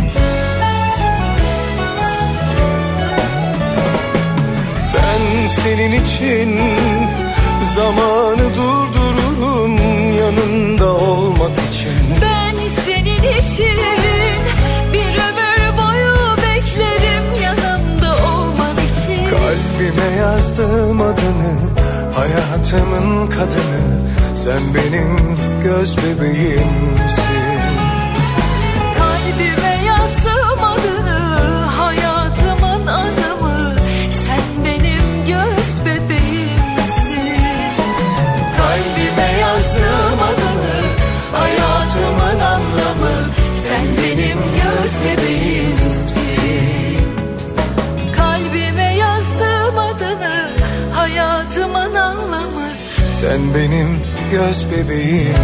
Ben senin için zamanı durdururum, yanında olmak için. Ben senin için bir ömür boyu beklerim, yanımda olman için. Kalbime yazdım adını, hayatımın kadını, sen benim göz bebeğimsin. Kalbime yazdım adını, hayatımın adamı, sen benim göz bebeğimsin. Kalbime yazdım adını, hayatımın anlamı, sen benim göz bebeğimsin. Kalbime yazdım adını, hayatımın anlamı, sen benim göz bebeğimsin.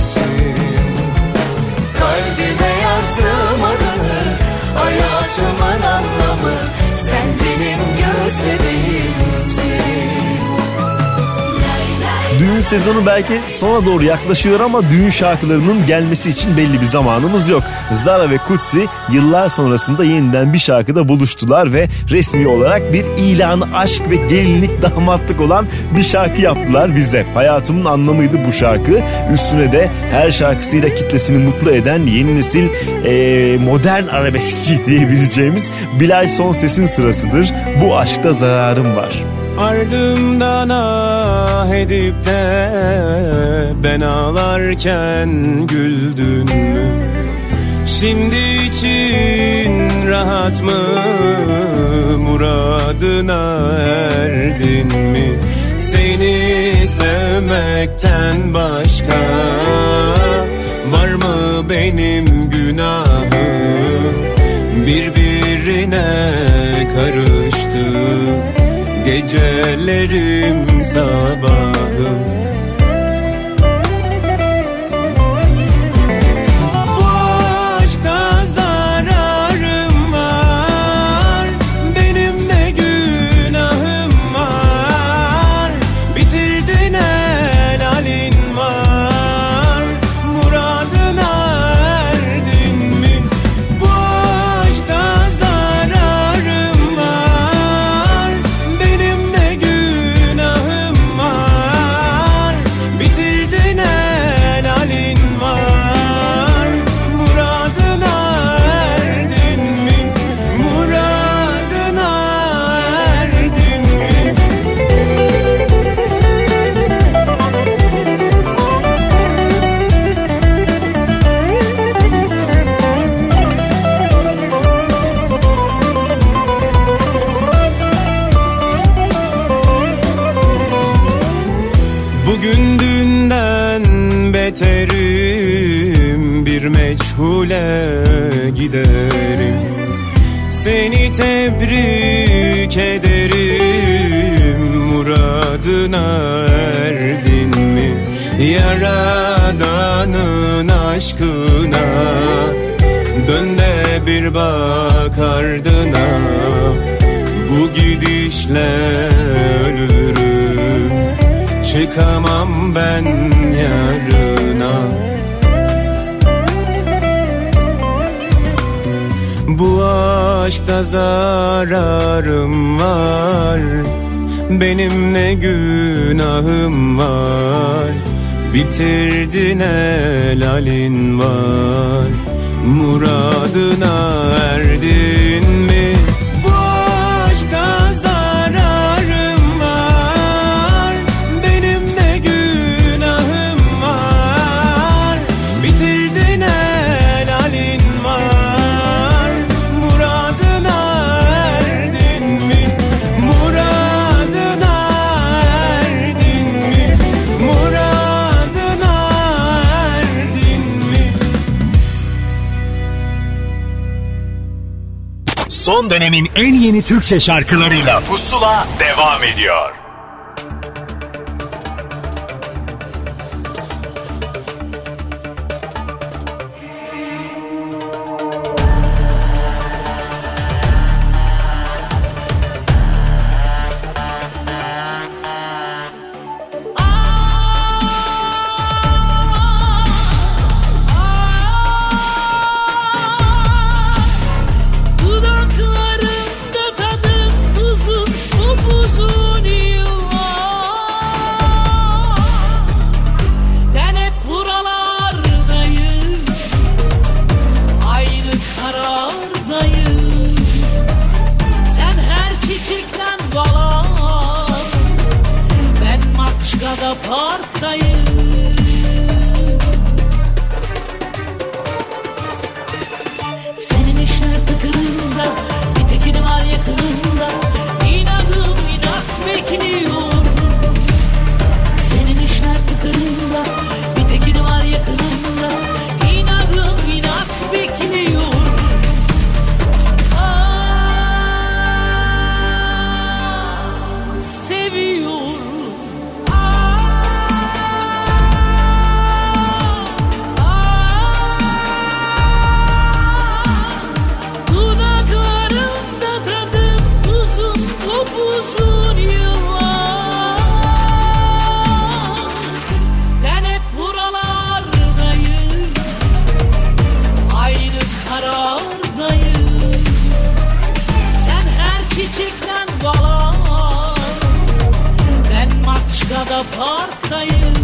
kalbime yazdım adını, hayatımın anlamı, sen benim göz bebeğimsin. Düğün sezonu belki sona doğru yaklaşıyor ama düğün şarkılarının gelmesi için belli bir zamanımız yok. Zara ve Kutsi yıllar sonrasında yeniden bir şarkıda buluştular ve resmi olarak bir ilanı aşk ve gelinlik damatlık olan bir şarkı yaptılar bize. Hayatımın anlamıydı bu şarkı. Üstüne de her şarkısıyla kitlesini mutlu eden yeni nesil modern arabeskçi diyebileceğimiz Bilal Sonses'in sırasıdır. Bu aşkta zararım var. Ardımdan ah edip de ben ağlarken güldün mü? Şimdi için rahat mı, muradına erdin mi? Seni sevmekten başka var mı benim günahım? Birbirine karıştı gecelerim, sabahım. Bu aşkta zararım var, benim de günahım var. Bitirdin helalin var, muradına erdin mi? Bu aşkta zararım var, benim de günahım var. yeterim, bir meçhule giderim. Seni tebrik ederim, muradına erdin mi? Yaradanın aşkına dön de bir bak ardına. Bu gidişle ölürüm, çıkamam ben yarına. Bu aşkta zararım var, benim ne günahım var. Bitirdin helalin var, muradına erdin mi? Bu aşkta zararım var, benim ne günahım var. Bitirdin helalin var, muradına erdin mi? Muradına erdin mi? Muradına erdin mi? Son dönemin en yeni Türkçe şarkılarıyla Pusula devam ediyor. Dudaklarımda tadım uzun upuzun yıllar. Ben hep buralardayım, aynı karardayım. Sen her çiçekten dolan, ben Maçka'da parktayım. Senin işler tıkırında, bir tekini var yakınında. İnadım inat bekliyorum. Senin işler tıkırında, bir tekini var yakınında. İnadım inat bekliyorum. Seviyorum. Dudaklarımda tadım uzun upuzun yıllar. Ben hep buralardayım, aynı karardayım. Sen her çiçekten dolan, ben Maçka'da parktayım.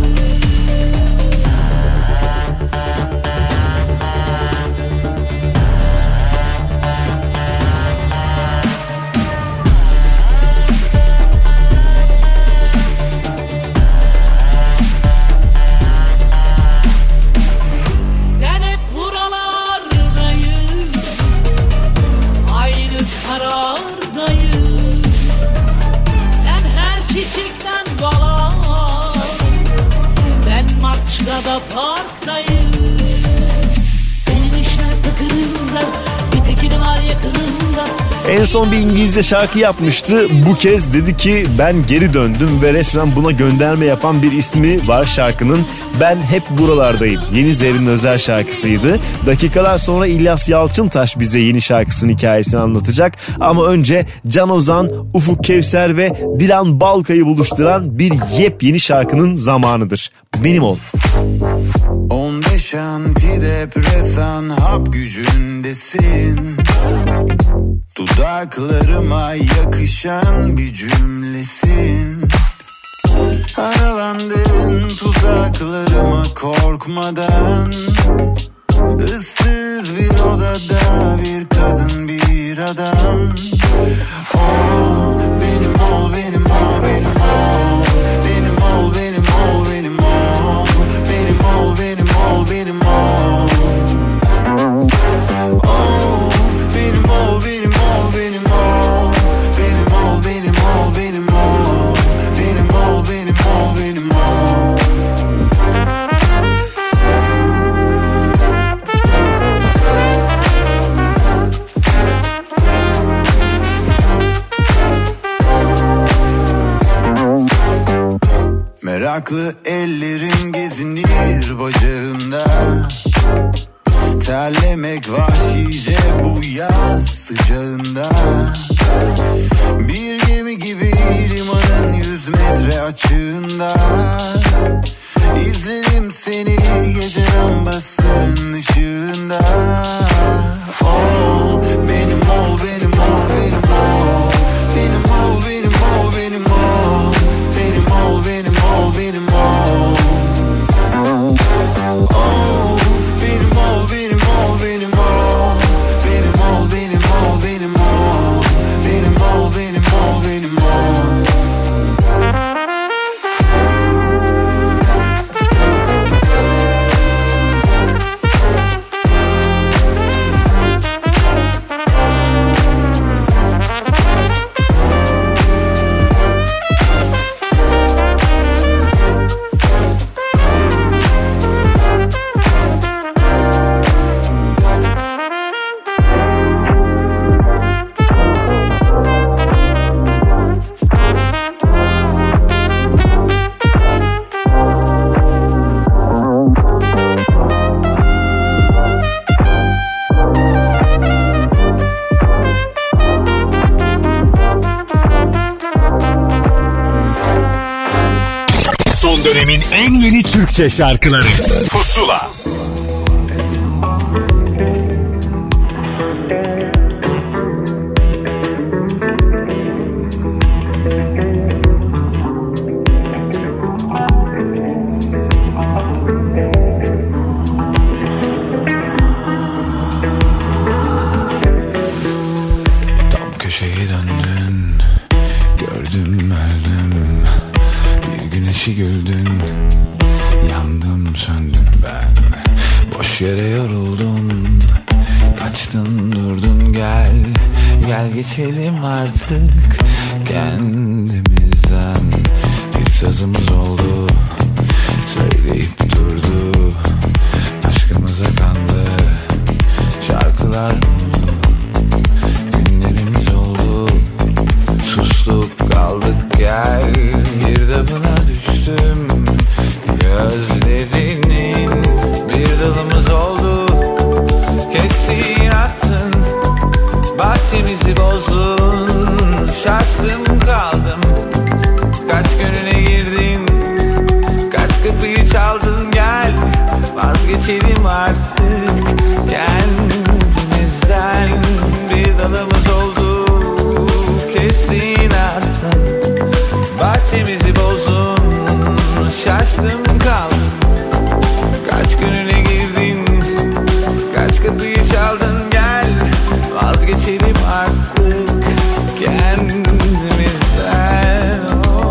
Ben hep buralardayım, aynı karardayım. Sen her çiçekten dolan, ben Maçka'da parktayım. Senin işler tıkırında, bir tekini var yakınında. En son bir İngilizce şarkı yapmıştı. Bu kez dedi ki ben geri döndüm ve resmen buna gönderme yapan bir ismi var şarkının. Ben hep buralardayım. Yeni Zerrin Özer şarkısıydı. Dakikalar sonra İlyas Yalçıntaş bize yeni şarkısının hikayesini anlatacak. Ama önce Can Ozan, Ufuk Kevser ve Dilan Balkay'ı buluşturan bir yepyeni şarkının zamanıdır. Benim ol. 15 antidepresan hap gücündesin. Dudaklarıma yakışan bir cümlesin. Aralandın tuzaklarıma korkmadan. Issız bir odada bir kadın bir adam. Ol benim ol benim ol benim ol. Benim ol benim ol benim ol. Benim ol benim ol benim ol. Ol benim ol benim ol benim ol. Benim ol benim ol benim ol. Benim ol benim ol benim ol. Meraklı ellerin gezinir bacağında. Terlemek vahşice bu yaz sıcağında. Bir gemi gibi limanın 100 metre açığında. İzlerim seni gece lambasının ışığında. Ol benim, ol benim, ol benim, ol benim, ol benim, ol benim, ol benim, ol benim, ol benim, ol. Ol benim, ol benim, ol benim, ol benim, ol benim, ol benim, ol benim, ol benim, ol benim, ol. Dönemin en yeni Türkçe şarkıları Pusula. Tam köşeyi döndün, gördüm öldüm. Bir güneşi güldün, yandım söndüm ben. Boş yere yoruldun, kaçtın durdun. Gel, gel geçelim artık kendimizden. Bir sazımız oldu, söyleyip durdu. Aşkımıza kandı, şarkılar buldu. Günlerimiz oldu, sustuk kaldık. Gel, girdabına düştüm gözlerinin. Bir dalımız oldu, kestin attın, bahçemizi bozdun. Şaştım kaldım, kaç gönüle girdin, kaç kapıyı çaldın. Gel, vazgeçelim artık kendimizden. Bir dalımız oldu, kestin attın, bahçemizi bozdun. Şaştım kaldım, kaç gönüle girdin, kaç kapıyı çaldın. Gel, vazgeçelim artık kendimizden.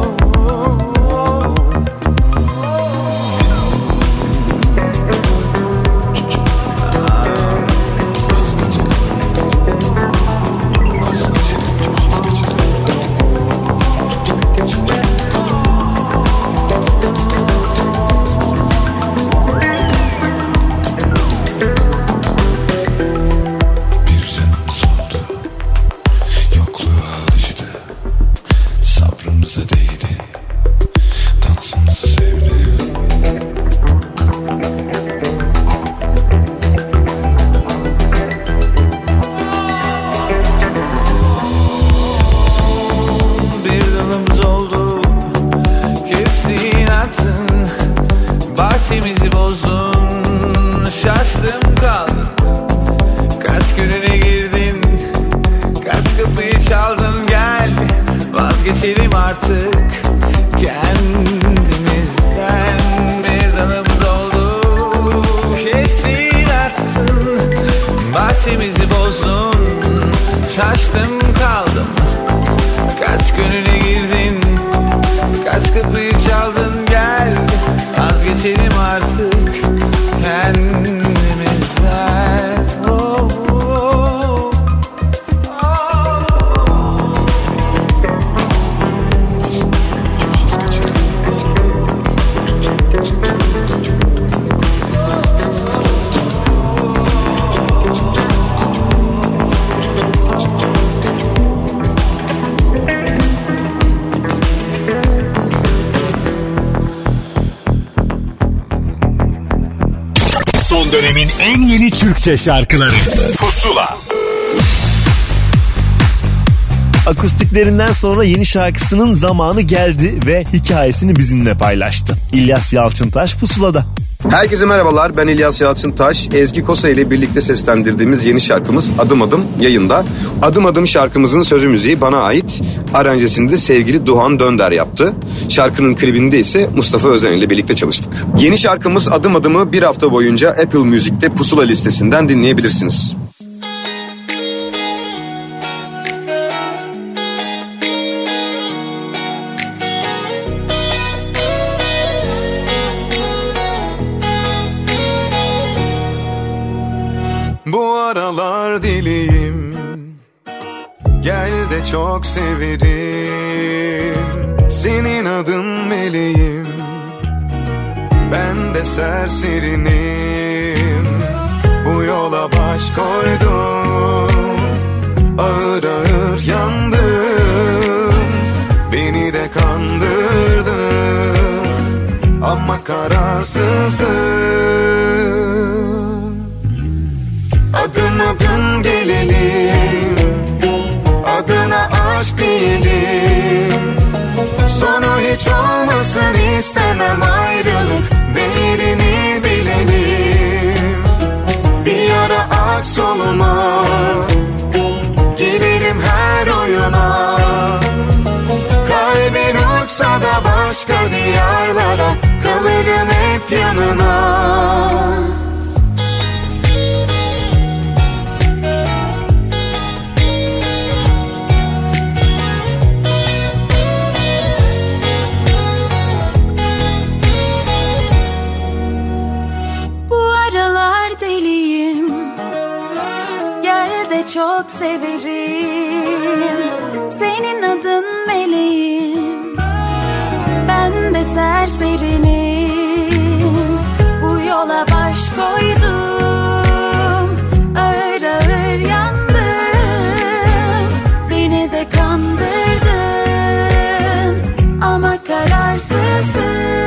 Bahçemizi bozdun, şaştım kaldım, kaç gönüle girdin, kaç kapıyı çaldın. Gel, vazgeçelim artık kendimizden. Bir dalımız oldu, kestin attın, bahçemizi bozdun. Şaştım kaldım, kaç gönüle girdin, kaç kapıyı çaldın. Gel, vazgeçelim artık kendimizden. Oh, oh, Son dönemin en yeni Türkçe şarkıları Pusula. Akustiklerinden sonra yeni şarkısının zamanı geldi ve hikayesini bizimle paylaştı. İlyas Yalçıntaş Pusula'da. Herkese merhabalar, ben İlyas Yalçıntaş. Ezgi Kosa ile birlikte seslendirdiğimiz yeni şarkımız Adım Adım yayında. Adım Adım şarkımızın sözü müziği bana ait. Aranjesini de sevgili Duhan Dönder yaptı. Şarkının klibinde ise Mustafa Özen ile birlikte çalıştık. Yeni şarkımız Adım Adım'ı bir hafta boyunca Apple Music'te Pusula listesinden dinleyebilirsiniz. Deliyim, gel de çok severim. Senin adın meleğim, ben de serserinim. Bu yola baş koydum, ağır ağır yandım. Beni de kandırdın ama kararsızdım. Adım adım gelelim, adına aşk diyelim. Sonu hiç olmasın istemem ayrılık, değerini bilelim. Bir yara aç soluma, girerim her oyuna. Kalbin uçsa da başka diyarlara, kalırım hep yanına. Çok severim, senin adın meleğim, ben de serserinim. Bu yola baş koydum, ağır ağır yandım. Beni de kandırdın ama kararsızdım.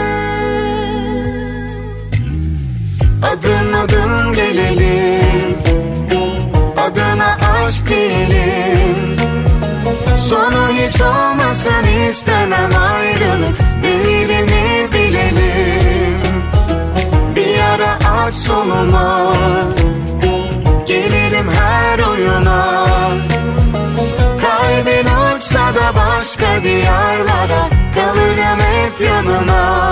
Adım adım gelelim, adına aşk diyelim. Sonu hiç olmasın istemem ayrılık, değerini bilelim. Bir yara aç soluma, gelirim her oyuna. Kalbin uçsa da başka diyarlara, kalırım hep yanına.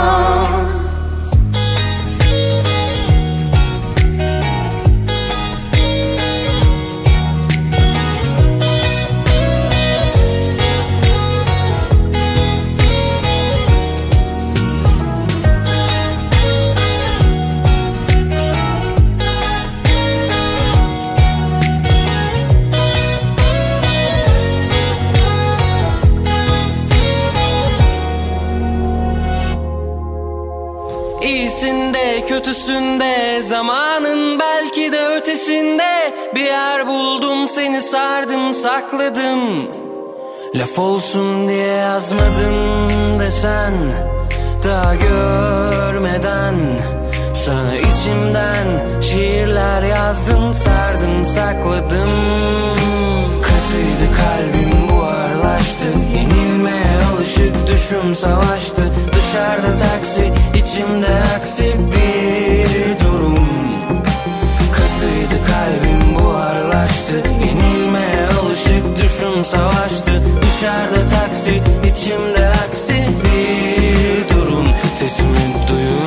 Kötüsünde, zamanın belki de ötesinde bir yer buldum, seni sardım sakladım. Laf olsun diye yazmadım desen, daha görmeden sana içimden şiirler yazdım, sardım sakladım. Katıydı kalbim, buharlaştı, yenilmeye alışık düşüm savaştı. Dışarıda taksi, içimde aksi bir durum. Katıydı kalbim, buharlaştı, yenilmeye alışık düşüm savaştı. Dışarıda taksi, içimde aksi bir durum. Sesimi duyun.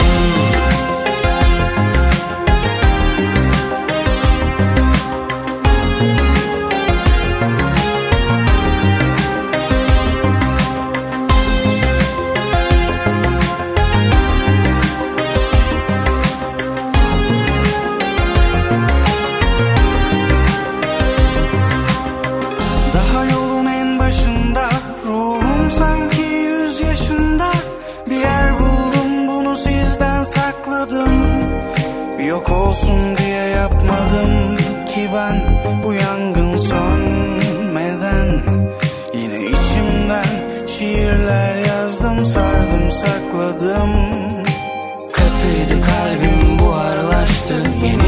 Olsun diye yapmadım ki ben bu yangın sönmeden. Yine içimden şiirler yazdım, sardım sakladım. Katıydı kalbim, buharlaştı, yeni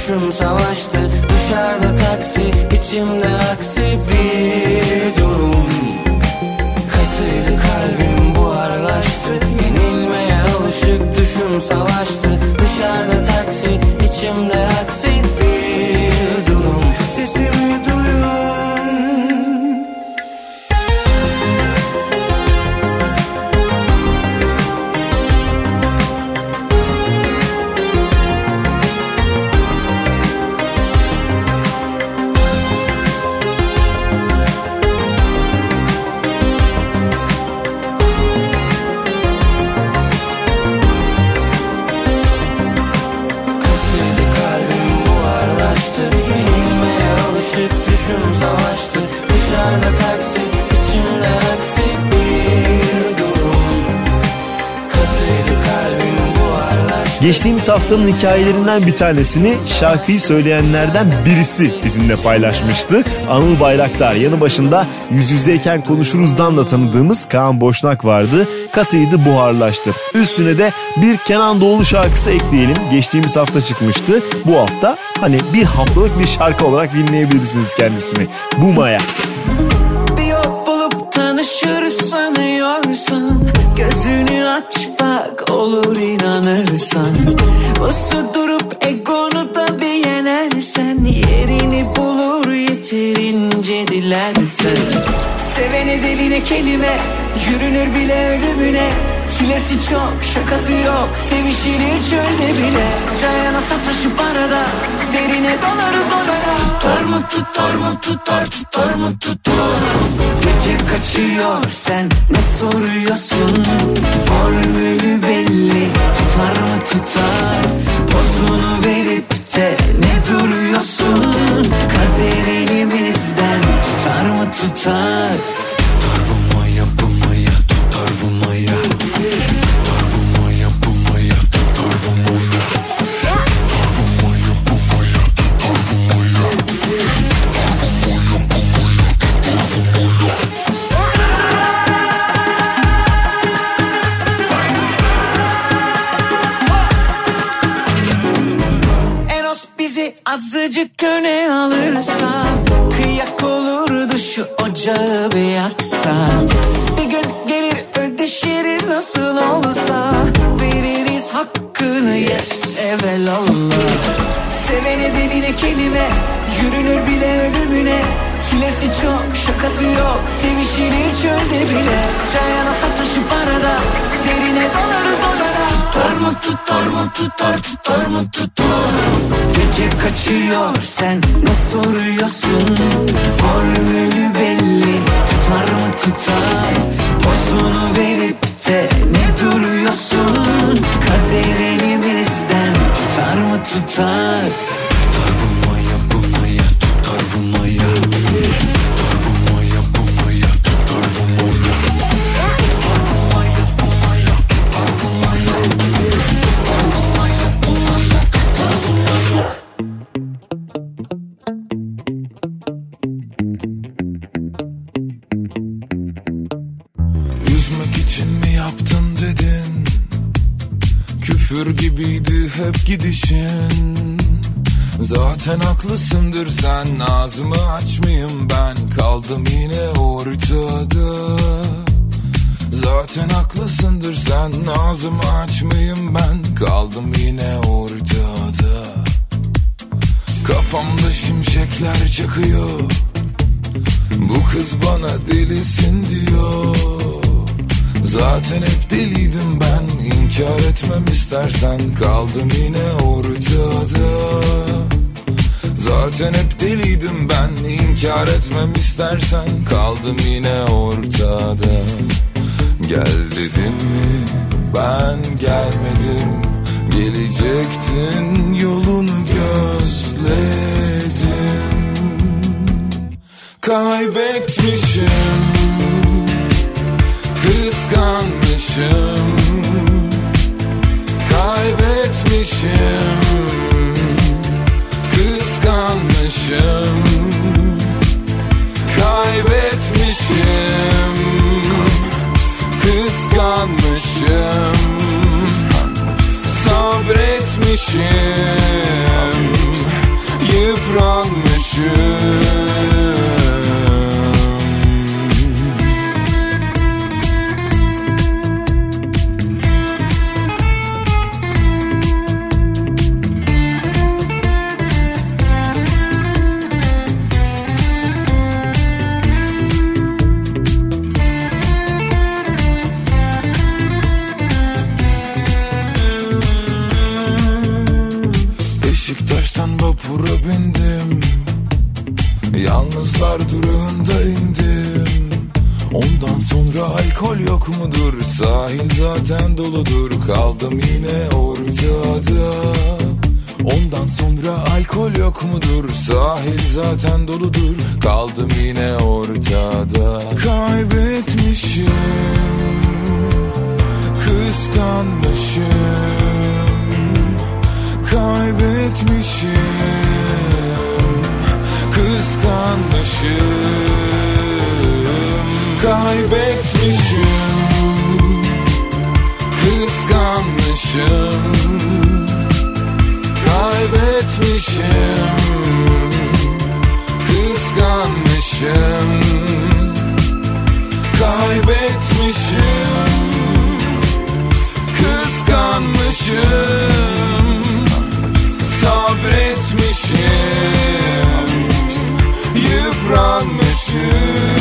düşüm savaştı. Dışarıda taksi, içimde aksi bir durum. Katıydı kalbim, buharlaştı. Yenilmeye alışık düşüm savaştı. Dışarıda taksi, içimde aksi bir durum. Sesimi duyun. Geçtiğimiz haftanın hikayelerinden bir tanesini şarkıyı söyleyenlerden birisi bizimle paylaşmıştı. Anıl Bayraktar, yanı başında Yüz Yüzeyken Konuşuruz'dan da tanıdığımız Kaan Boşnak vardı. Katıydı, buharlaştı. Üstüne de bir Kenan Doğulu şarkısı ekleyelim. Geçtiğimiz hafta çıkmıştı. Bu hafta hani bir haftalık bir şarkı olarak dinleyebilirsiniz kendisini. Bumaya. Bir yol bulup tanışırız sanıyorsan, gözünü aç bak olur inanırsan. Bası durup egonu da bir yenersen, yerini bulur yeterince dilersen. Sevene deline kelime, yürünür bile ölümüne. Çilesi çok, şakası yok, sevişilir çölde bile. Cayana sataşıp arada, derine dalarız oraya. Tutar mı tutar mı tutar, tutar mı tutar. Gece kaçıyor, sen ne soruyorsun? Formülü belli, tutar mı tutar. Pozunu verip de ne duruyorsun? Kader elimizden, tutar mı tutar? Tutar bumaya bumaya, tutar bumaya. Tutar bumaya bumaya, tutar bumaya. Tutar bumaya bumaya, tutar bumaya. Tutar bumaya bumaya, tutar bumaya. Eros bizi azıcık öne alırsa, kıyak olurdu şu ocağı bir yaksa. Bir gün gelir ödeşiriz nasıl olsa, veririz hakkını yes evelallah. Sevene deline kelime, yürünür bile ölümüne. Çilesi çok, şakası yok, sevişilir çölde bile. Cayana sataşıp arada, derine dalarız orada. Tutar mı tutar mı tutar, tutar mı tutar. Gece kaçıyor, sen ne soruyorsun? Formülü belli, tutar mı tutar. Pozunu verip de ne duruyorsun? Kader elimizden, tutar mı tutar? Tutar bumaya bumaya, tutar bumaya. Tutar bumaya bumaya, tutar bumaya. Tutar bumaya bumaya, tutar bumaya. Tutar bumaya bumaya, tutar bumaya. Üzmek için mi yaptın dedin? Küfür gibiydi hep gidişin. Zaten haklısındır sen, ağzımı açmayayım ben. Kaldım yine ortada. Zaten haklısındır sen, ağzımı açmayayım ben. Kaldım yine ortada. Kafamda şimşekler çakıyor. Bu kız bana delisin diyor. Zaten hep deliydim ben, inkar etmem istersen. Kaldım yine ortada. Zaten hep deliydim ben, inkar etmem istersen. Kaldım yine ortada. Gel dedim mi, ben gelmedim. Gelecektin, yolunu gözledim. Kaybetmişim, kıskanmışım. Kaybetmişim, kıskanmışım. Kaybetmişim, kıskanmışım. Sabretmişim, Yalnızlar durağında indim. Ondan sonra alkol yok mudur? Sahil zaten doludur. Kaldım yine ortada. Ondan sonra alkol yok mudur? Sahil zaten doludur. Kaldım yine ortada. Kaybetmişim, kıskanmışım. Kaybetmişim, kıskanmışım. Kaybetmişim, kıskanmışım. Kaybetmişim, kıskanmışım. Kaybetmişim, kıskanmışım. Sabretmişim, yıpranmışım.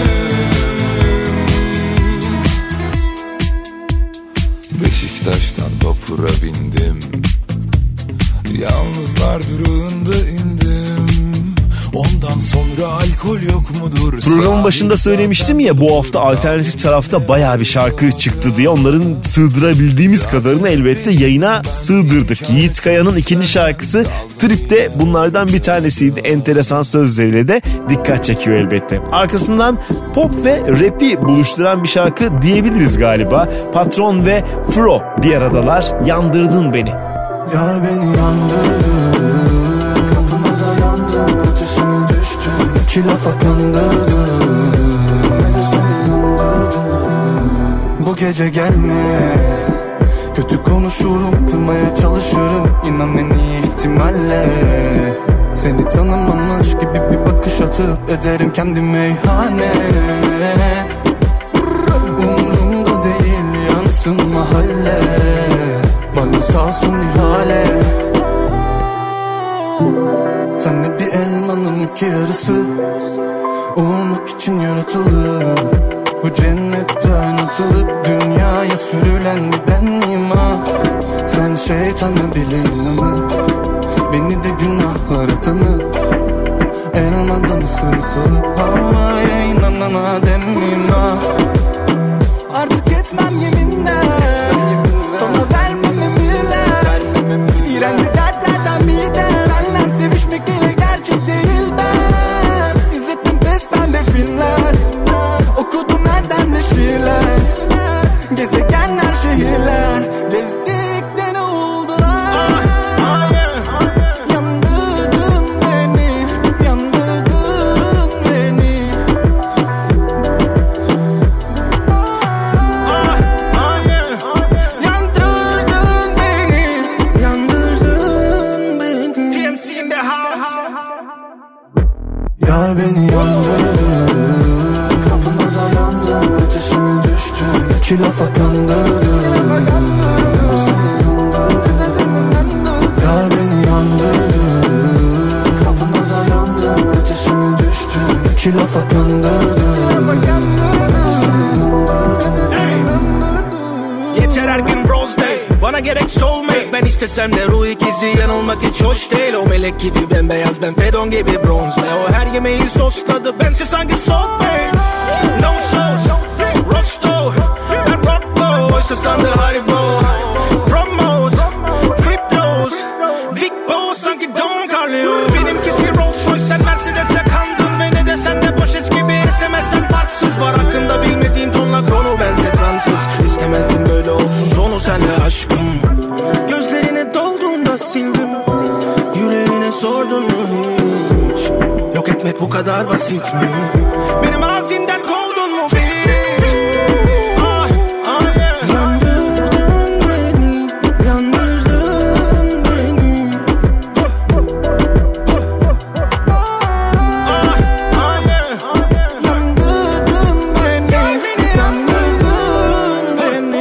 Beşiktaş'tan vapura bindim. Yalnızlar durağında indim. Ondan sonra alkol yok mudur? Programın başında söylemiştim ya, bu hafta alternatif tarafta bayağı bir şarkı çıktı diye. Onların sığdırabildiğimiz kadarını elbette yayına sığdırdık. Yiğit Kaya'nın ikinci şarkısı Trip de bunlardan bir tanesiydi. Enteresan sözleriyle de dikkat çekiyor elbette. Arkasından pop ve rap'i buluşturan bir şarkı diyebiliriz galiba. Patron ve Fro bir aradalar. Yandırdın beni. Yar beni yandırdın, kapına dayandım, ötesine düştüm, iki lafa kandırdın, beni sen inandırdın. Bu gece gelme, kötü konuşurum, kırmaya çalışırım, inan en iyi ihtimalle. Seni tanımamış gibi bir bakış atıp ederim kendime ihanet. Umurumda değil yansın mahalle, bana kalsın ihale. Sen de bir elmanın iki yarısı, olmak için yaratılır. Bu cennetten atılıp dünyaya sürülen bir benliğim ah. Sen şeytanla bile inanır, beni de günahlara tanır. Elmadan ısırıp alıp havaya inanana demeyim ah. Artık etmem yeminler, sana vermem emirler. İğrenci dertlerden midem, senle sevişmek bile gerçek değil ben. İzlettim pes pembe filmler, okudum erdemli şiirler. Gezegenler, şehirler, gezdik de ne oldular? Yandırdın beni, yandırdın beni. Yandırdın beni, yandırdın beni. TMC in the house. Yar beni yandırdın, kapına dayandım, ötesine düştüm, iki lafa kandırdın. Yar beni yandırdın, kapına dayandım, ötesine düştüm, iki lafa kandırdın. Yeter her gün bros day, bana gerek soulmate. Ben istesem de ruh ikizi, yanılmak hiç hoş değil. O melek gibi bembeyaz, ben fedon gibi bronz. Ve o her yemeğin sos tadı, bense sanki salt bay. No sauce, rosto, ben rockbo, oysa sandı haribo. Promos, cryptos, big boss sanki Don Carlo. Benimkisi Rolls Royce, sen Mercedes'e kandın. Ve ne desen de boş eski bir SMS'den farksız. Var hakkında bilmediğin tonla konu, bense Fransız. İstemezdim böyle olsun sonu senle aşkım. Gözlerine dolduğunda sildim, yüreğine sordun mu hiç? Yok etmek bu kadar basit mi? Benim ağzından kovdun mu bitch? Yandırdın beni, yandırdın beni. Yandırdın beni, yandırdın beni.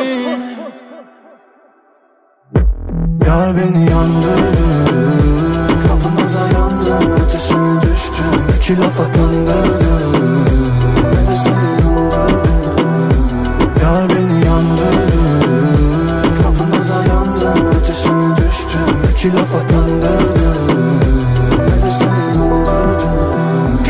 Yar beni yandırdın, kapına dayandım, ötesine düştüm, iki lafa kandırdın. Yar beni yandırdın, kapına dayandım, ötesine düştüm, iki lafa kandırdın.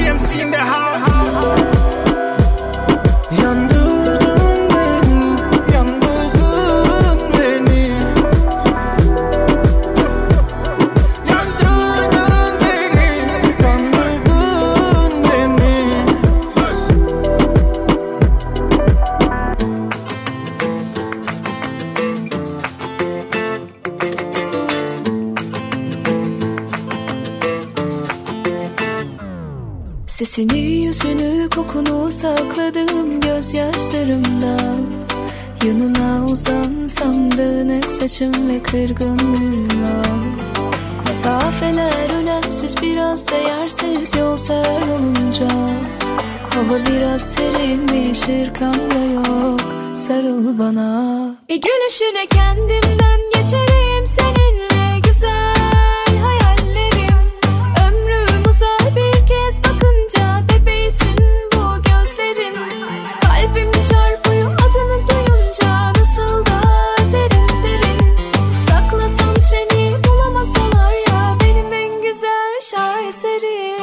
Sesini, yüzünü, kokunu sakladım gözyaşlarımda. Yanına uzansam dağınık saçım ve kırgınlığımla. Mesafeler önemsiz, biraz değersiz, yol sel olunca. Hava biraz serinmiş, ırkam da yok, sarıl bana. Bir gülüşüne kendimden geçerim, seninle güzel hayallerim. Ömrüm uzar, bir kez bakınca bebeğsin bu gözlerin. Kalbim çarpıyor adını duyunca, nasıl da derin derin. Saklasam seni bulamasalar ya, benim en güzel şaheserim.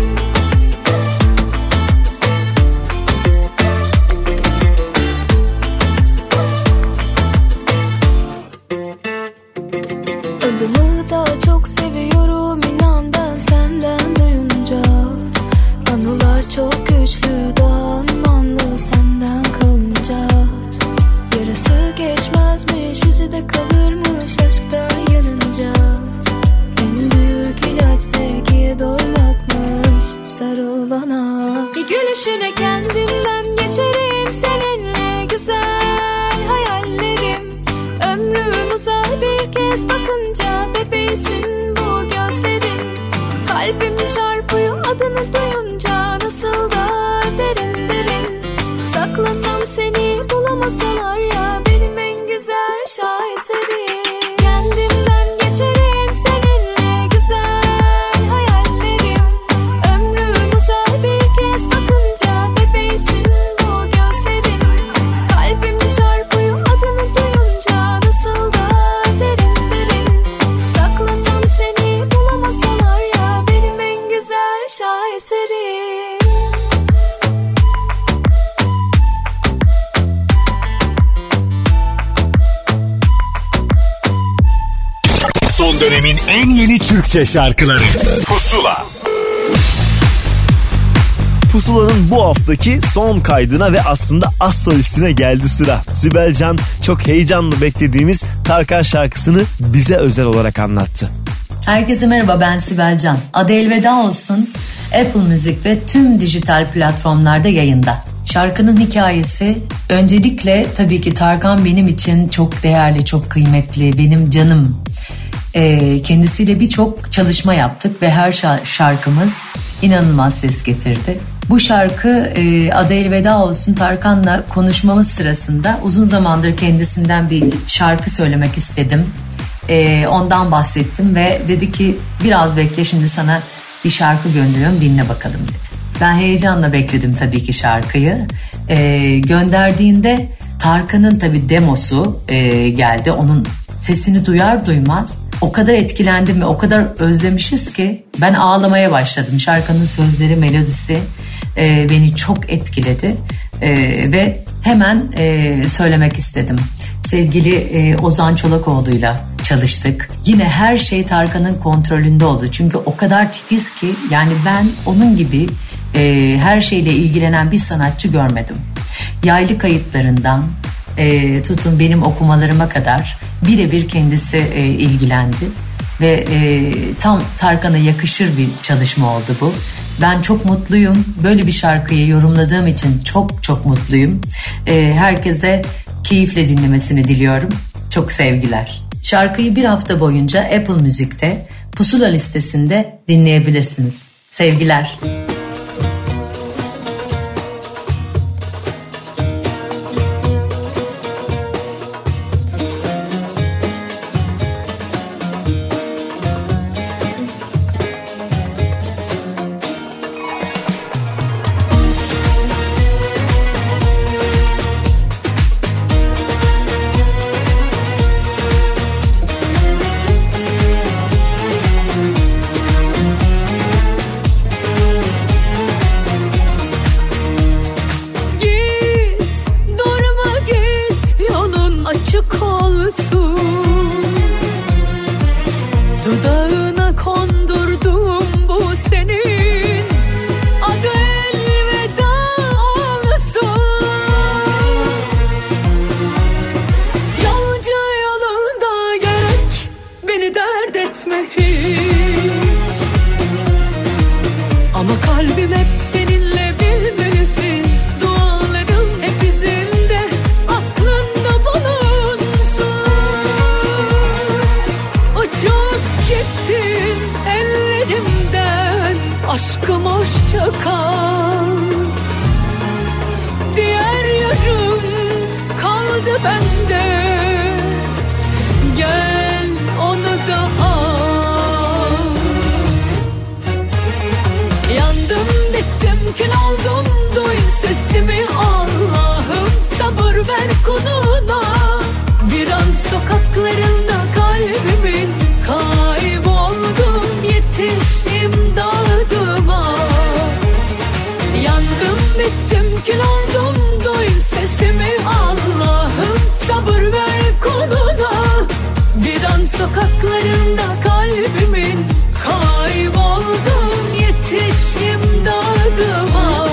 Adımı daha çok seviyorum inan ben senden duyunca. Anılar çok güçlü, daha anlamlı senden kalınca. Yarası geçmezmiş, izi de kalırmış aşktan yanınca. En büyük ilaç sevgiye doymakmış, sarıl bana. Bir gülüşüne kendimden geçerim, seninle güzel hayallerim. Ömrüm uzar, bir kez bakınca bebeğsin bu gözlerin. Kalbim çarpıyor adını duyunca, nasıl da derin derin. Saklasam seni bulamasalar ya, benim en güzel şaheserim. Kendimden geçerim, seninle güzel hayallerim. Ömrüm uzar, bir kez bakınca bebeğsin bu gözlerin. Kalbim çarpıyor adını duyunca, nasıl da derin derin. Saklasam seni bulamasalar ya, benim en güzel şaheserim. Son dönemin en yeni Türkçe şarkıları Pusula. Pusula'nın bu haftaki son kaydına ve aslında az solistine geldi sıra. Sibel Can çok heyecanlı beklediğimiz Tarkan şarkısını bize özel olarak anlattı. Herkese merhaba, ben Sibel Can. Adı Elveda Olsun Apple Müzik ve tüm dijital platformlarda yayında. Şarkının hikayesi, öncelikle tabii ki Tarkan benim için çok değerli, çok kıymetli, benim canım. Kendisiyle birçok çalışma yaptık ve her şarkımız inanılmaz ses getirdi. Bu şarkı Adı Elveda Olsun, Tarkan'la konuşmamız sırasında uzun zamandır kendisinden bir şarkı söylemek istedim. Ondan bahsettim ve dedi ki biraz bekle, şimdi sana bir şarkı gönderiyorum, dinle bakalım dedi. Ben heyecanla bekledim tabii ki şarkıyı. Gönderdiğinde Tarkan'ın tabii demosu geldi. Onun sesini duyar duymaz o kadar etkilendim ve o kadar özlemişiz ki ben ağlamaya başladım. Şarkının sözleri, melodisi beni çok etkiledi ve hemen söylemek istedim. Sevgili Ozan Çolakoğlu'yla çalıştık. Yine her şey Tarkan'ın kontrolünde oldu. Çünkü o kadar titiz ki, yani ben onun gibi her şeyle ilgilenen bir sanatçı görmedim. Yaylı kayıtlarından tutun benim okumalarıma kadar birebir kendisi ilgilendi. Ve tam Tarkan'a yakışır bir çalışma oldu bu. Ben çok mutluyum. Böyle bir şarkıyı yorumladığım için çok çok mutluyum. Herkese keyifle dinlemesini diliyorum. Çok sevgiler. Şarkıyı bir hafta boyunca Apple Müzik'te Pusula listesinde dinleyebilirsiniz. Sevgiler. Kalbim hep seninle bilmelisin. Dualarım hep izinde, aklında bulunsun. Uçup gittin ellerimden, aşkım hoşça kal. Diğer yarım kaldı bende, gel onu da al. Yandım bittim kül oldum, duy sesimi Allah'ım, sabır ver kuluna. Bir an sokaklarında kalbimin, kayboldum, yetiş imdadıma. Yandım bittim kül oldum, duy sesimi Allah'ım, sabır ver kuluna. Bir an sokaklarında kalbimin, kayboldum, yetiş imdadıma.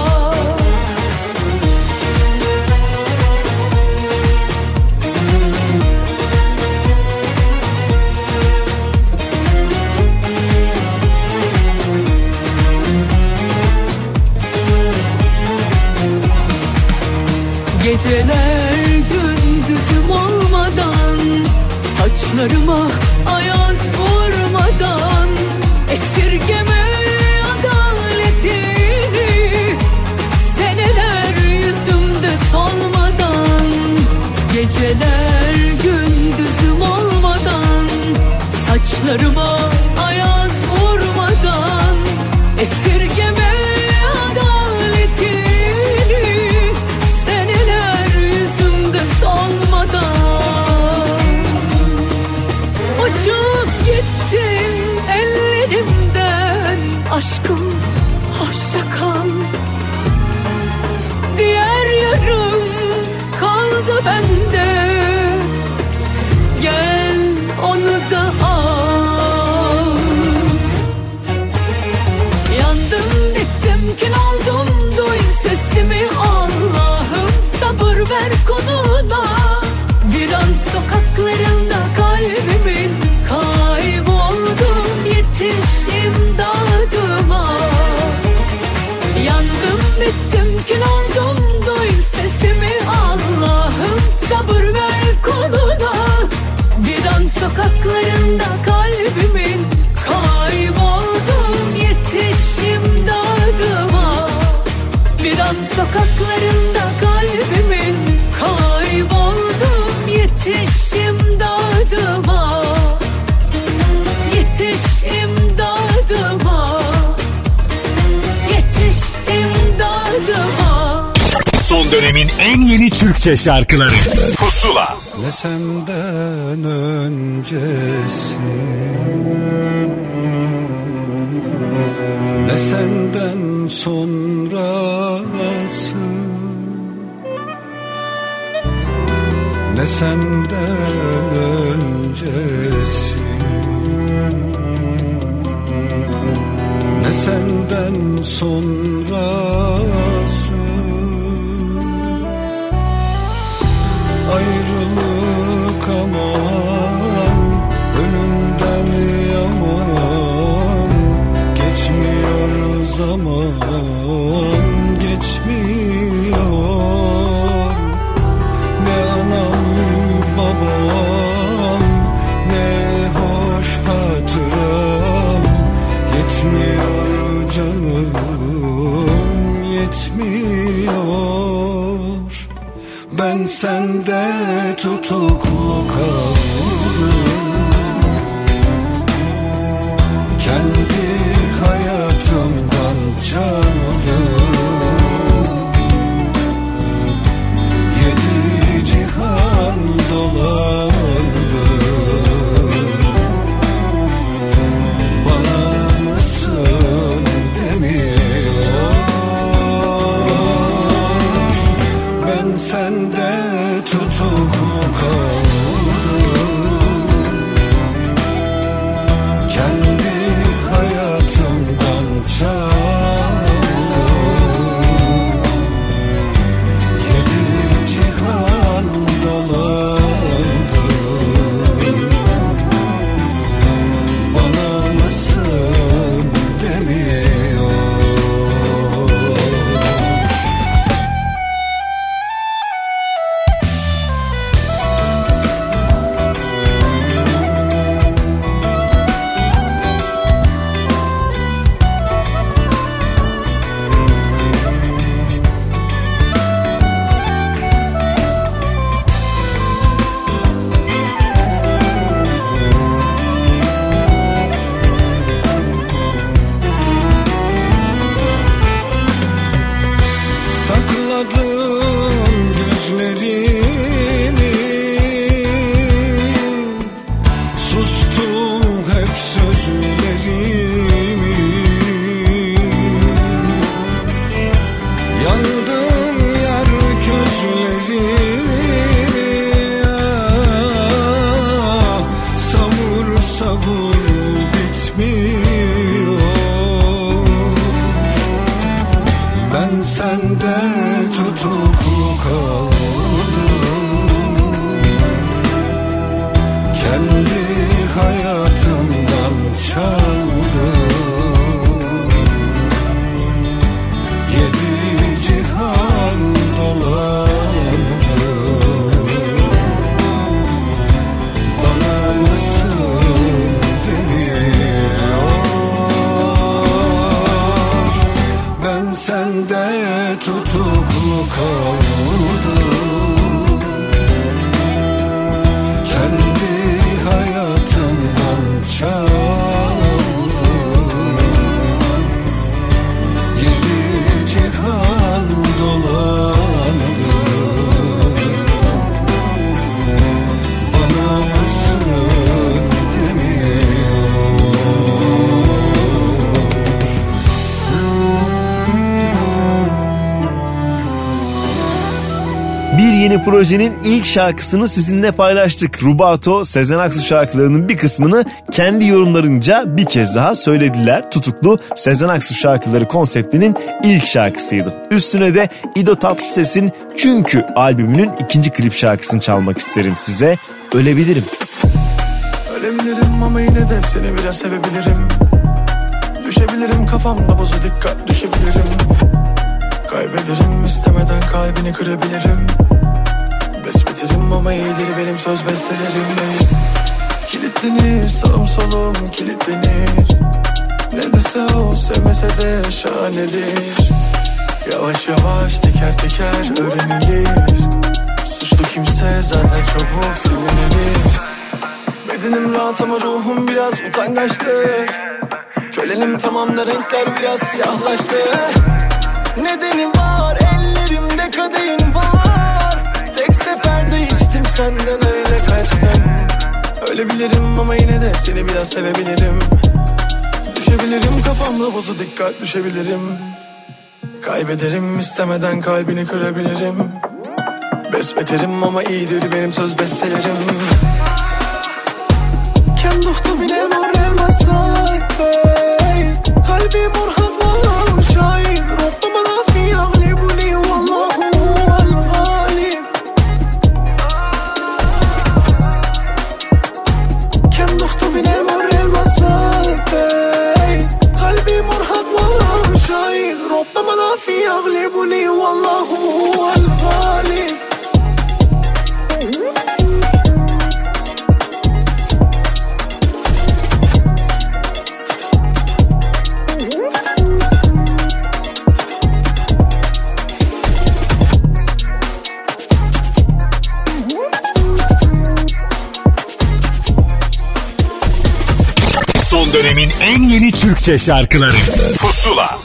Geceler gündüzüm olmadan, saçlarıma ayaz vurmadan, esirgeme adaletini, seneler yüzümde solmadan. Geceler gündüzüm olmadan, saçlarıma ayaz vurmadan, esirgeme adaletini, solmadan. Uçup gittin ellerimden, aşkım hoşça kal. Diğer yarım kaldı bende, gel onu da al. Yandım bittim kül oldum, duy sesimi Allah'ım, sabır ver kuluna. Bir an sokaklarında kalbimin, kayboldum, yetiş imdadıma. Yandım bittim kül oldum, duy sesimi Allah'ım, sabır ver kuluna. Bir an sokaklarında kalbimin, kayboldum, yetiş imdadıma. Bir an sokaklarında kalbimin, kayboldum, yetiş imdadıma. Yetiş imdadıma. Yetiş imdadıma. Son dönemin en yeni Türkçe şarkıları Pusula. Ne senden öncesi, ne senden sonrası, ne senden öncesi, ne senden sonrası. Ayrılık aman, ölümden yaman, geçmiyor zaman, geçmiyor. Ne anam babam, ne hoş hatıram, yetmiyor canım, yetmiyor. Ben sende tutuklu kaldım, kendi hayatımdan çaldım. Yedi cihan dolandım, bana mısın demiyor. Ben sende tutuklu kaldım, kendi hayatımdan Açmadın gözlerimi, sustum hep sözlerimi. Yandım yer gözlerimi, ah, savur savur bitmiyor. Ben sende tutuklu kaldım, kendi hayatımdan çaldım. Yedi cihan dolandım, bana mısın demiyor. Ben sende tutuklu kaldım, kendi hayatımdan çaldım. Yedi cihan dolandım, bana mısın demiyor. Bir yeni projenin ilk şarkısını sizinle paylaştık. Rubato, Sezen Aksu şarkılarının bir kısmını kendi yorumlarınca bir kez daha söylediler. Tutuklu Sezen Aksu şarkıları konseptinin ilk şarkısıydı. Üstüne de İdo Tatlıses'in Çünkü albümünün ikinci klip şarkısını çalmak isterim size. Ölebilirim. Ölebilirim ama yine de seni biraz sevebilirim. Düşebilirim kafamda bozu dikkat düşebilirim. Kaybederim istemeden kalbini kırabilirim. Besbetirim ama iyidir benim söz bestelerim. Kilitlenir sağım solum kilitlenir. Ne dese o sevmese de şahanedir. Yavaş yavaş teker teker öğrenilir. Suçlu kimse zaten çabuk silinilir. Bedenim rahat ama ruhum biraz utangaçtı. Kölenim tamam da renkler biraz siyahlaştı. Nedeni var ellerimde kadehin var. Tek seferde içtim senden öyle kaçtım. Ölebilirim ama yine de seni biraz sevebilirim. Düşebilirim kafamda bozu dikkat düşebilirim. Kaybederim istemeden kalbini kırabilirim. Besbeterim ama iyidir benim söz bestelerim. Kem duhtu binem orelmezsak bey. Kalbim orhak vallahu şahit. Rabbim la fi yaglibuni vallahu huvel galib. Kem duhtu binem orelmezsak bey. Kalbim orhak vallahu şahit. Rabbim la fi yaglibuni vallahu huvel galib. Son dönemin en yeni Türkçe şarkıları Pusula.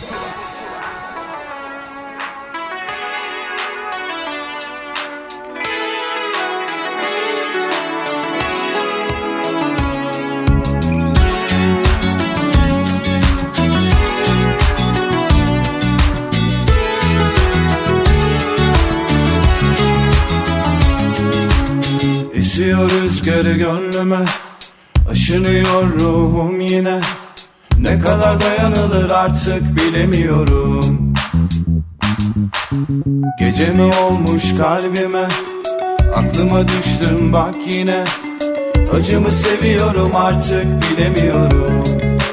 Esiyor rüzgarı gönlüme, aşınıyor ruhum yine. Ne kadar dayanılır artık bilemiyorum. Gece mi olmuş kalbime, aklıma düştün bak yine. Acımı seviyorum artık bilemiyorum.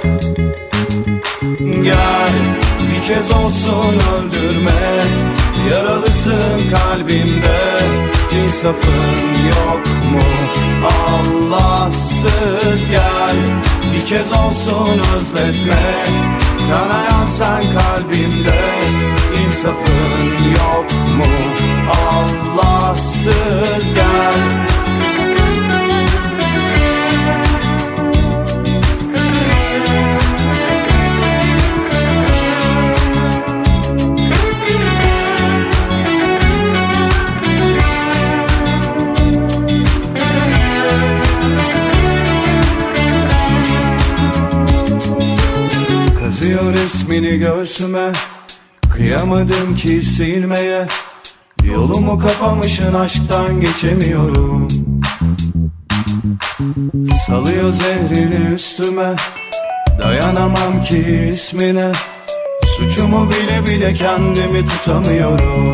Gel bir kez olsun öldürme, yaralısın kalbimde. İnsafın yok mu Allahsız, gel bir kez olsun özletme. Kanayan sen kalbimde, insafın yok mu Allahsız, gel. resmini göğsüme, kıyamadım ki silmeye. Yolumu kapamışın, aşktan geçemiyorum. Salıyor zehrini üstüme, dayanamam ki ismine. Suçumu bile bile kendimi tutamıyorum.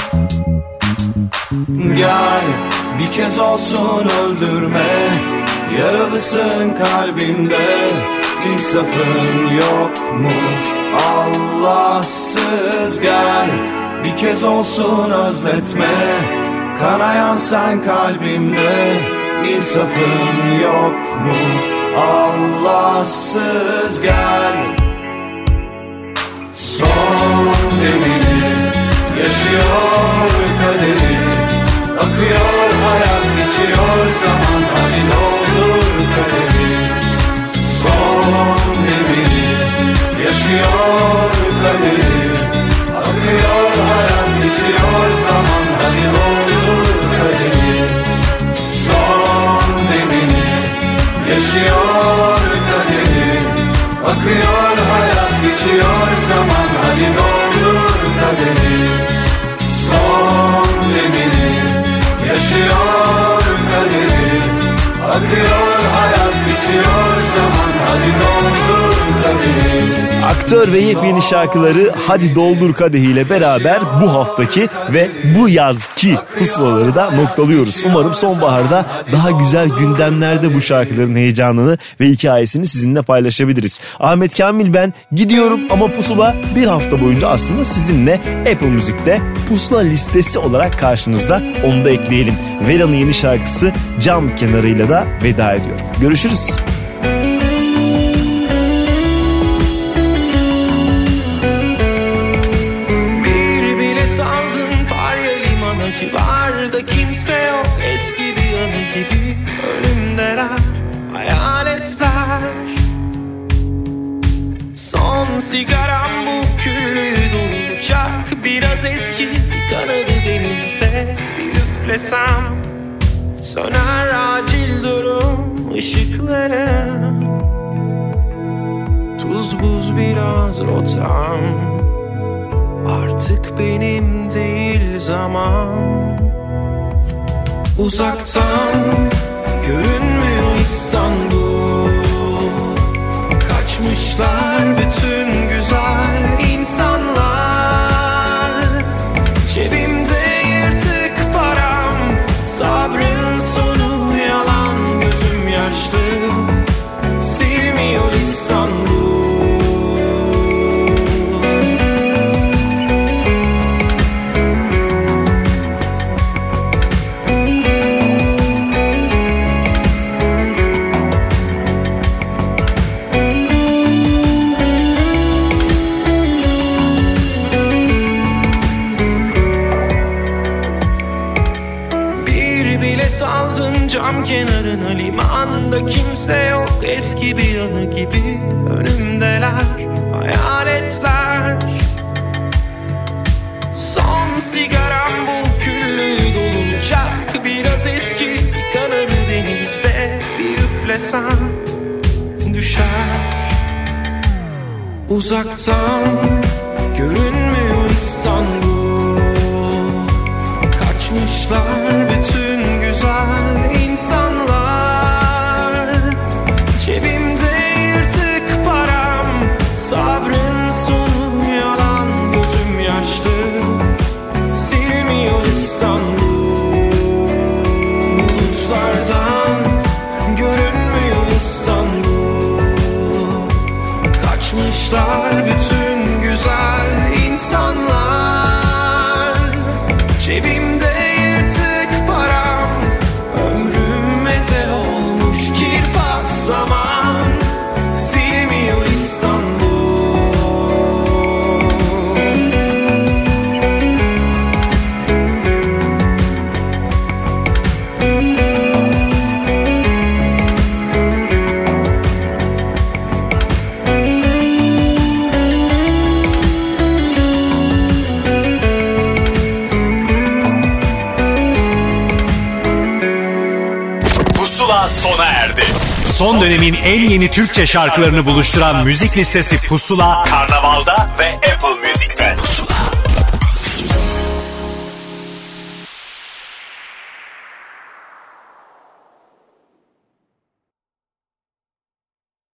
Gel bir kez olsun öldürme, yaralısın kalbimde. İnsafın yok mu Allahsız? Gel bir kez olsun özletme, kanayan sen kalbimde. İnsafın yok mu Allahsız? Gel. Son demiri yaşıyor kaderi, akıyor hayat, geçiyor zaman, hadi doldur kaderi. Son demiri yaşıyor kaderi, akıyor hayat, geçiyor zaman, hadi doldur kaderi. Son demiri yaşıyor kaderi, akıyor hayat, geçiyor zaman, hadi doldur kaderi. Son demiri yaşıyor kaderi, akıyor hayat, geçiyor zaman, hadi doldur kaderi. Aktör ve yepyeni şarkıları Hadi Doldur Kadehi ile beraber bu haftaki ve bu yazki pusulaları da noktalıyoruz. Umarım sonbaharda daha güzel gündemlerde bu şarkıların heyecanını ve hikayesini sizinle paylaşabiliriz. Ahmet Kamil ben, gidiyorum ama pusula bir hafta boyunca aslında sizinle Apple Müzik'te pusula listesi olarak karşınızda, onu da ekleyelim. Vera'nın yeni şarkısı Cam Kenarı'yla da veda ediyorum. Görüşürüz. Civarda kimse yok, eski bir anı gibi önümdeler hayaletler. Son sigaram bu küllüğü dolacak, biraz eski kanadı denizde bir üflesem. Söner acil durum ışıkları, tuz buz biraz rotam. Artık benim değil zaman. Uzaktan görünmüyor İstanbul, kaçmışlar bütün güzel insanlar. Cebimde yırtık param, sabrın sonu yalan, gözüm yaşlı, silmiyor İstanbul. Cam kenarına, limanda kimse yok, eski bir anı gibi önümdeler hayaletler. Son sigaram bu küllüğü dolacak, biraz eski kanadı denizde bir üflesem düşer. Uzaktan görünmüyor İstanbul, kaçmışlar bütün güzel insanlar. Cebimde yırtık param, sabrın sonu yalan, gözüm yaşlı, silmiyor İstanbul. Bulutlardan görünmüyor İstanbul, kaçmışlar bütün güzel insanlar. Cebimde yırtık param, ömrüm meze olmuş kirpas zaman, silmiyor İstanbul. Pusula sona erdi. Son dönemin en yeni Türkçe şarkılarını buluşturan müzik listesi Pusula, Karnaval'da ve Apple Music'te. Pusula.